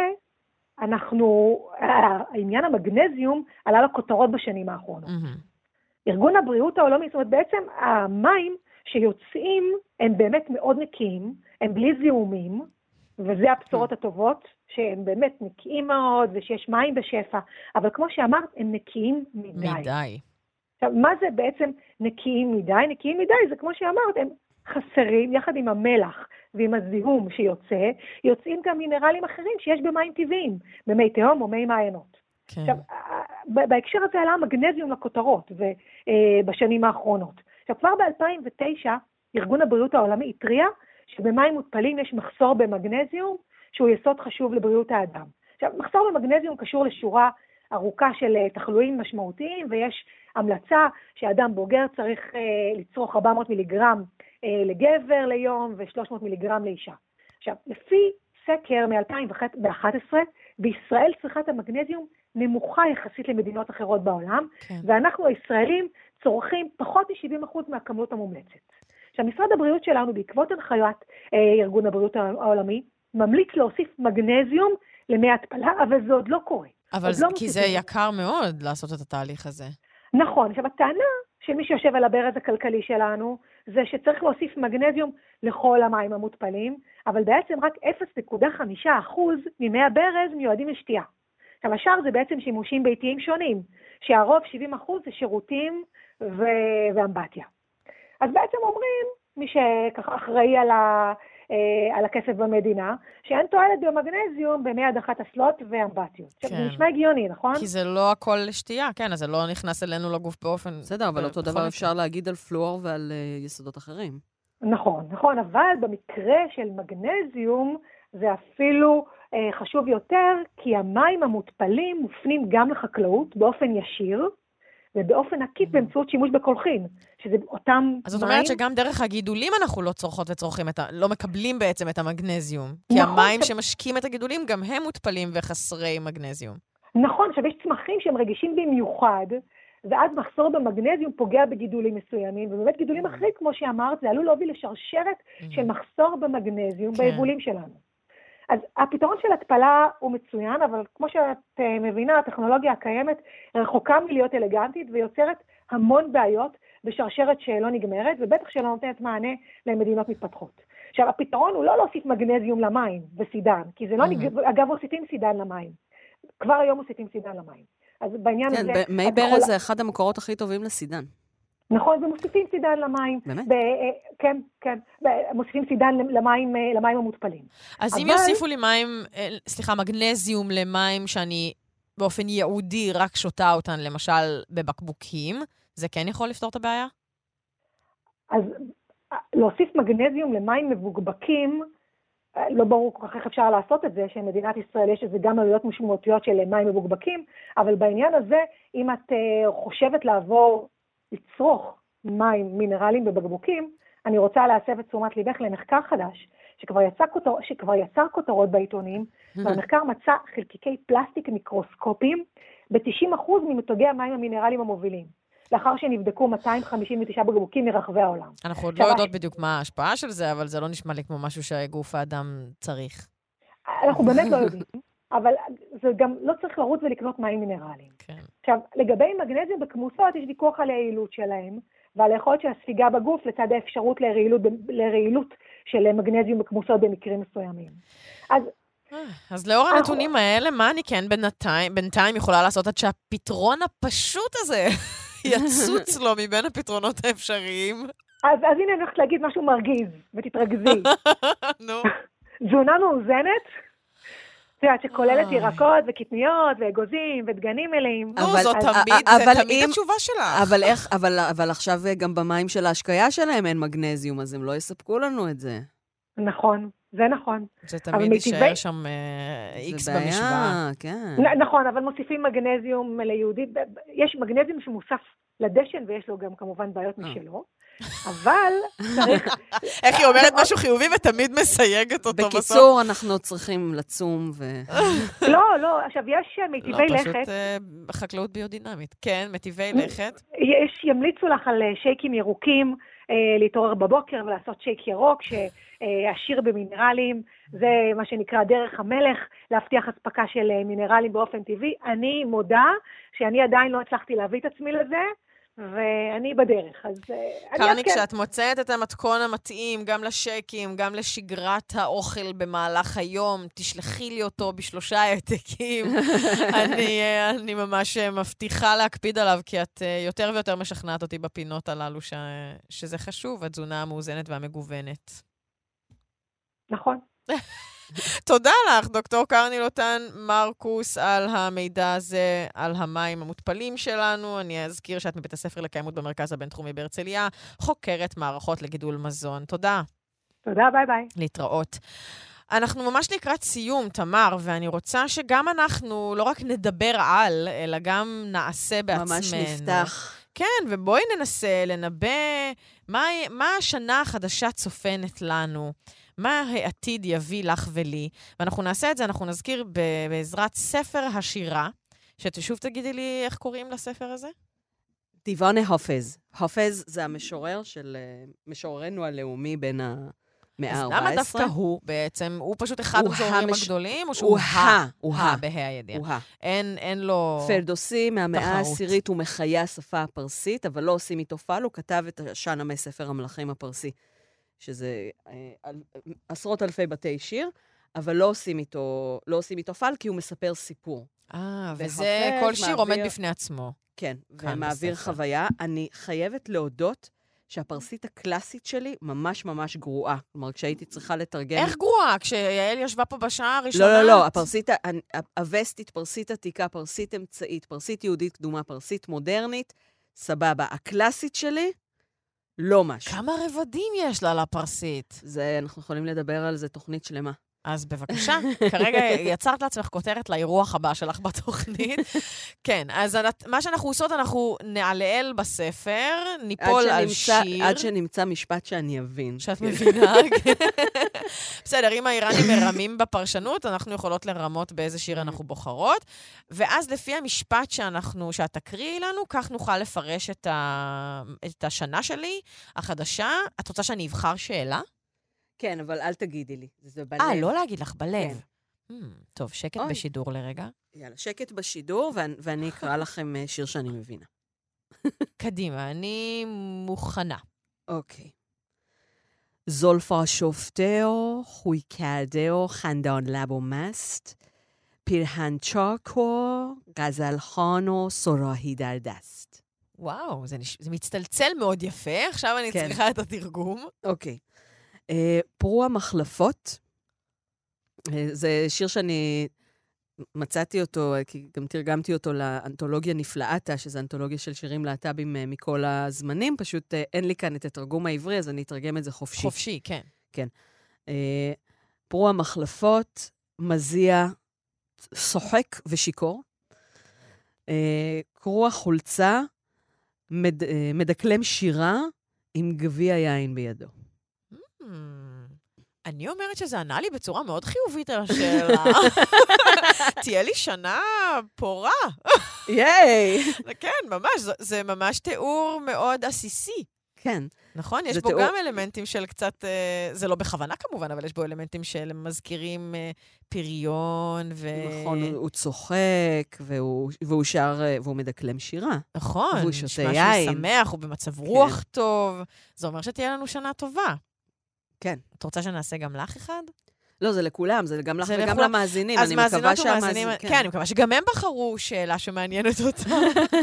אנחנו, העניין המגנזיום עלה לכותרות בשנים האחרונות. Mm-hmm. ארגון הבריאות העולמי, זאת אומרת, בעצם המים שיוצאים הם באמת מאוד נקיים, הם בלי זיהומים, וזה הבשורות mm-hmm. הטובות, שהם באמת נקיים מאוד, ושיש מים בשפע, אבל כמו שאמרת, הם נקיים מדי. מדי. עכשיו, מה זה בעצם נקיים מדי? נקיים מדי זה כמו שאמרת, הם חסרים, יחד עם המלח ועם הזיהום שיוצא, יוצאים גם מינרלים אחרים שיש במים טבעיים, במי תהום או מי מעיינות. כן. עכשיו, בהקשר הזה עלה מגנזיום לכותרות בשנים האחרונות. עכשיו, כבר ב-אלפיים ותשע, ארגון הבריאות העולמי התריע שבמים מותפלים יש מחסור במגנזיום, שהוא יסוד חשוב לבריאות האדם. עכשיו, מחסור במגנזיום קשור לשורה ארוכה של תחלואים משמעותיים, ויש המלצה שאדם בוגר צריך לצרוך ארבע מאות מיליגרם לגבר ליום ו-שלוש מאות מיליגרם לאישה. עכשיו, לפי סקר מ-אלפיים ואחת עשרה, בישראל צריכת המגנזיום נמוכה יחסית למדינות אחרות בעולם, כן. ואנחנו הישראלים צורכים פחות מ-שבעים אחוז מהכמות המומלצת. עכשיו, משרד הבריאות שלנו, בעקבות הנחיות אה, ארגון הבריאות העולמי, ממליץ להוסיף מגנזיום למי התפלה, אבל זה עוד לא קורה. אבל זה, לא כי זה יקר מאוד לעשות את התהליך הזה. נכון. עכשיו, הטענה של מי שיושב על הברז הכלכלי שלנו, זה שצריך להוסיף מגנזיום לכל המים המותפלים, אבל בעצם רק אפס נקודה חמישה אחוז ממי הברז מיועדים לשתייה. עכשיו, השאר זה בעצם שימושים ביתיים שונים, שהרוב שבעים אחוז זה שירותים ו- ואמבטיה. אז בעצם אומרים, מי שככה אחראי על, ה- על הכסף במדינה, שאין תועלת במגנזיום במי הדחת אסלות ואמבטיות. כן. זה נשמע הגיוני, נכון? כי זה לא הכל לשתייה, כן, אז זה לא נכנס אלינו לגוף באופן... בסדר, אבל אותו דבר אפשר להגיד על פלואור ועל uh, יסודות אחרים. נכון, נכון, אבל במקרה של מגנזיום, זה אפילו אה, חשוב יותר, כי המים המותפלים מופנים גם לחקלאות באופן ישיר, ובאופן עקיף באמצעות שימוש בקולחין, שזה אותם מים... אז זאת אומרת שגם דרך הגידולים אנחנו לא צורכות וצורכים את ה... לא מקבלים בעצם את המגנזיום. כי נכון, המים ש... שמשקים את הגידולים גם הם מותפלים וחסרי מגנזיום. נכון, עכשיו יש צמחים שהם רגישים במיוחד, ואז מחסור במגנזיום פוגע בגידולים מסוימים, ובאמת גידולים אחרים, כמו שאמרת, זה עלול להוביל לשרשרת של מחסור במגנזיום ביבולים שלנו. אז הפתרון של התפלה הוא מצוין, אבל כמו שאת מבינה, הטכנולוגיה הקיימת רחוקה מלהיות אלגנטית, ויוצרת המון בעיות בשרשרת שלא נגמרת, ובטח שלא נותנת מענה למדינות מתפתחות. עכשיו, הפתרון הוא לא להוסיף מגנזיום למים וסידן, כי זה לא נגמר, אגב, מוסיפים סידן למים. כבר היום מוסיפים סידן למים. אז בעניין כן, הזה... מי ברז זה אחד המקורות הכי טובים לסידן. נכון, ומוסיפים סידן למים. באמת? ב, כן, כן. ב, מוסיפים סידן למים, למים המותפלים. אז אבל... אם יוסיפו לי מים, סליחה, מגנזיום למים שאני באופן ייעודי רק שותה אותן, למשל בבקבוקים, זה כן יכול לפתור את הבעיה? אז להוסיף מגנזיום למים מבוקבקים, לא ברור כל כך איך אפשר לעשות את זה, שמדינת ישראל יש איזה גם עלויות משמעותיות של מים מבוקבקים, אבל בעניין הזה, אם את חושבת לעבור, לצרוך מים מינרלים בבקבוקים, אני רוצה להסב את תשומת ליבך למחקר חדש, שכבר יצא, כותר, שכבר יצר כותרות בעיתונים, והמחקר מצא חלקיקי פלסטיק מיקרוסקופיים ב-תשעים אחוז ממתוגי המים המינרלים המובילים, לאחר שנבדקו מאתיים חמישים ותשעה בקבוקים מרחבי העולם. אנחנו עוד לא יודעות בדיוק מה ההשפעה של זה, אבל זה לא נשמע לי כמו משהו שגוף האדם צריך. אנחנו באמת לא יודעים, אבל זה גם לא צריך לרוץ ולקנות מים מינרליים. כן. עכשיו, לגבי מגנזיום בכמוסות, יש ויכוח על היעילות שלהם, ועל היכולת של הספיגה בגוף לצד האפשרות לרעילות, לרעילות של מגנזיום בכמוסות במקרים מסוימים. אז, אז לאור הנתונים האלה, מה אני כן בינתיים, בינתיים יכולה לעשות עד שהפתרון הפשוט הזה יצוץ לו מבין הפתרונות האפשריים? אז, אז הנה אני הולכת להגיד משהו מרגיז, ותתרגזי. נו. תזונה מאוזנת, את יודעת, שכוללת ירקות וקטניות ואגוזים ודגנים מלאים. נו, זאת תמיד, זה תמיד התשובה שלה. אבל איך, אבל עכשיו גם במים של ההשקיה שלהם אין מגנזיום, אז הם לא יספקו לנו את זה. נכון, זה נכון. זה תמיד יישאר שם איקס במשוואה. כן. נכון, אבל מוסיפים מגנזיום ליהודית. יש מגנזיום שמוסף לדשן, ויש לו גם כמובן בעיות משלו. אבל צריך... איך היא אומרת משהו חיובי ותמיד מסייגת אותו בסוף? בקיצור, אנחנו צריכים לצום ו... לא, לא, עכשיו יש מטיבי לכת. לא, פשוט חקלאות ביודינמית. כן, מטיבי לכת. יש, ימליצו לך על שייקים ירוקים, להתעורר בבוקר ולעשות שייק ירוק, שעשיר במינרלים, זה מה שנקרא דרך המלך, להבטיח אספקה של מינרלים באופן טבעי. אני מודה שאני עדיין לא הצלחתי להביא את עצמי לזה, ואני בדרך, אז... קרני, כשאת מוצאת את המתכון המתאים, גם לשייקים, גם לשגרת האוכל במהלך היום, תשלחי לי אותו בשלושה העתקים. אני, אני ממש מבטיחה להקפיד עליו, כי את יותר ויותר משכנעת אותי בפינות הללו, ש, שזה חשוב, התזונה המאוזנת והמגוונת. נכון. תודה לך, דוקטור קרני לוטן מרקוס, על המידע הזה, על המים המותפלים שלנו. אני אזכיר שאת מבית הספר לקיימות במרכז הבינתחומי בהרצליה, חוקרת מערכות לגידול מזון. תודה. תודה, ביי ביי. להתראות. אנחנו ממש לקראת סיום, תמר, ואני רוצה שגם אנחנו לא רק נדבר על, אלא גם נעשה בעצמנו. ממש נפתח. כן, ובואי ננסה לנבא מה, מה השנה החדשה צופנת לנו. מה העתיד יביא לך ולי, ואנחנו נעשה את זה, אנחנו נזכיר בעזרת ספר השירה, ששוב תגידי לי איך קוראים לספר הזה? דיוונה הופז. הופז זה המשורר של משוררנו הלאומי בין המאה ה-ארבע עשרה. אז למה דווקא הוא בעצם? הוא פשוט אחד המשוררים הגדולים, או שהוא הוא ה? הוא ה, בה"א הידיעה. אין לו... פרדוסי מהמאה העשירית הוא מחיי השפה הפרסית, אבל לא עושים איתו פל, הוא כתב את שנמי ספר המלכים הפרסי. שזה אה, עשרות אלפי בתי שיר, אבל לא עושים איתו, לא עושים איתו פל, כי הוא מספר סיפור. אה, וזה כל שיר מעביר, עומד בפני עצמו. כן, ומעביר בספר. חוויה. אני חייבת להודות שהפרסית הקלאסית שלי ממש ממש גרועה. כלומר, כשהייתי צריכה לתרגם... איך גרועה? כשיעל ישבה פה בשעה הראשונה? לא, לא, לא, הפרסית, הווסטית, פרסית עתיקה, פרסית אמצעית, פרסית יהודית קדומה, פרסית מודרנית, סבבה. הקלאסית שלי... לא משהו. כמה רבדים יש לה לפרסית? זה, אנחנו יכולים לדבר על זה תוכנית שלמה. אז בבקשה, כרגע יצרת לעצמך כותרת לאירוח הבא שלך בתוכנית. כן, אז מה שאנחנו עושות, אנחנו נעלעל בספר, ניפול על שיר. עד שנמצא משפט שאני אבין. שאת מבינה. בסדר, אם האיראנים מרמים בפרשנות, אנחנו יכולות לרמות באיזה שיר אנחנו בוחרות, ואז לפי המשפט שאנחנו, שאת תקריאי לנו, כך נוכל לפרש את, ה, את השנה שלי, החדשה. את רוצה שאני אבחר שאלה? כן, אבל אל תגידי לי, זה בלב. אה, לא להגיד לך בלב. כן. Hmm, טוב, שקט אוי. בשידור לרגע. יאללה, שקט בשידור, ו- ואני אקרא לכם שיר שאני מבינה. קדימה, אני מוכנה. אוקיי. זולפה שופטהו, חוי קרדהו, חנדان لب و مست، پیرهن چاک و غزلخوان و صراحی در دست. וואו, זה, נש... זה מצטלצל מאוד יפה, עכשיו אני כן. צריכה את התרגום. אוקיי. Uh, פרו המחלפות, uh, זה שיר שאני מצאתי אותו, כי גם תרגמתי אותו לאנתולוגיה נפלאתה, שזו אנתולוגיה של שירים להט"בים uh, מכל הזמנים, פשוט uh, אין לי כאן את התרגום העברי, אז אני אתרגם את זה חופשי. חופשי, כן. כן. Uh, פרו המחלפות, מזיע, שוחק ושיקור, uh, קרוע חולצה, מד, uh, מדקלם שירה עם גביע יין בידו. אני אומרת שזה ענה לי בצורה מאוד חיובית על השאלה. תהיה לי שנה פורה. ייי! כן, ממש, זה ממש תיאור מאוד עסיסי. כן. נכון? יש בו גם אלמנטים של קצת, זה לא בכוונה כמובן, אבל יש בו אלמנטים של מזכירים פריון ו... נכון, הוא צוחק, והוא שר, והוא מדקלם שירה. נכון. והוא שותה יין. משהו שמח, הוא במצב רוח טוב. זה אומר שתהיה לנו שנה טובה. כן. את רוצה שנעשה גם לך אחד? לא, זה לכולם, זה גם לך וגם למאזינים. אני מקווה שהמאזינים... כן, אני מקווה שגם הם בחרו שאלה שמעניינת אותם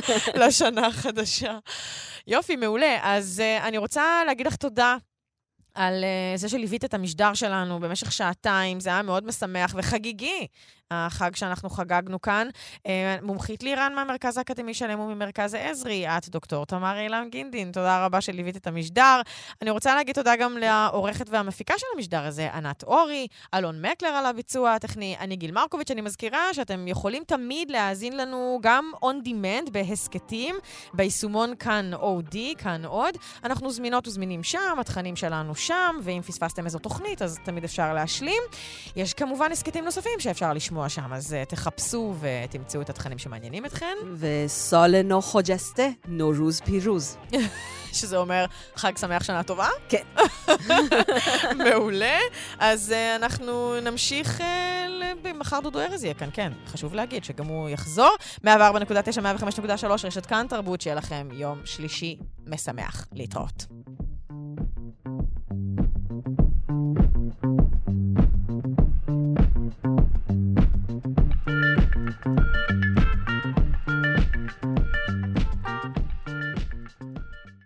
לשנה החדשה. יופי, מעולה. אז אני רוצה להגיד לך תודה על uh, זה שליווית את המשדר שלנו במשך שעתיים. זה היה מאוד משמח וחגיגי, החג שאנחנו חגגנו כאן. Uh, מומחית לירן מהמרכז האקדמי שלם וממרכז העזרי, את דוקטור תמר אילן גינדין, תודה רבה שליווית את המשדר. אני רוצה להגיד תודה גם לעורכת והמפיקה של המשדר הזה, ענת אורי, אלון מקלר על הביצוע הטכני, אני גיל מרקוביץ'. אני מזכירה שאתם יכולים תמיד להאזין לנו גם on demand בהסקטים, ביישומון כאן אודי, כאן עוד. אנחנו זמינות וזמינים שם, התכנים שלנו שם, ואם פספסתם איזו תוכנית, אז תמיד אפשר להשלים. יש כמובן הסקטים נוספים שאפשר לשמוע שם, אז uh, תחפשו ותמצאו את התכנים שמעניינים אתכן. וסול נו חוג'סטה, נורוז פירוז. שזה אומר חג שמח שנה טובה? כן. מעולה. אז uh, אנחנו נמשיך uh, מחר דודו ארז יהיה כאן, כן. חשוב להגיד שגם הוא יחזור. מאה וארבע נקודה תשע, מאה וחמש נקודה שלוש, רשת כאן תרבות, שיהיה לכם יום שלישי משמח. להתראות.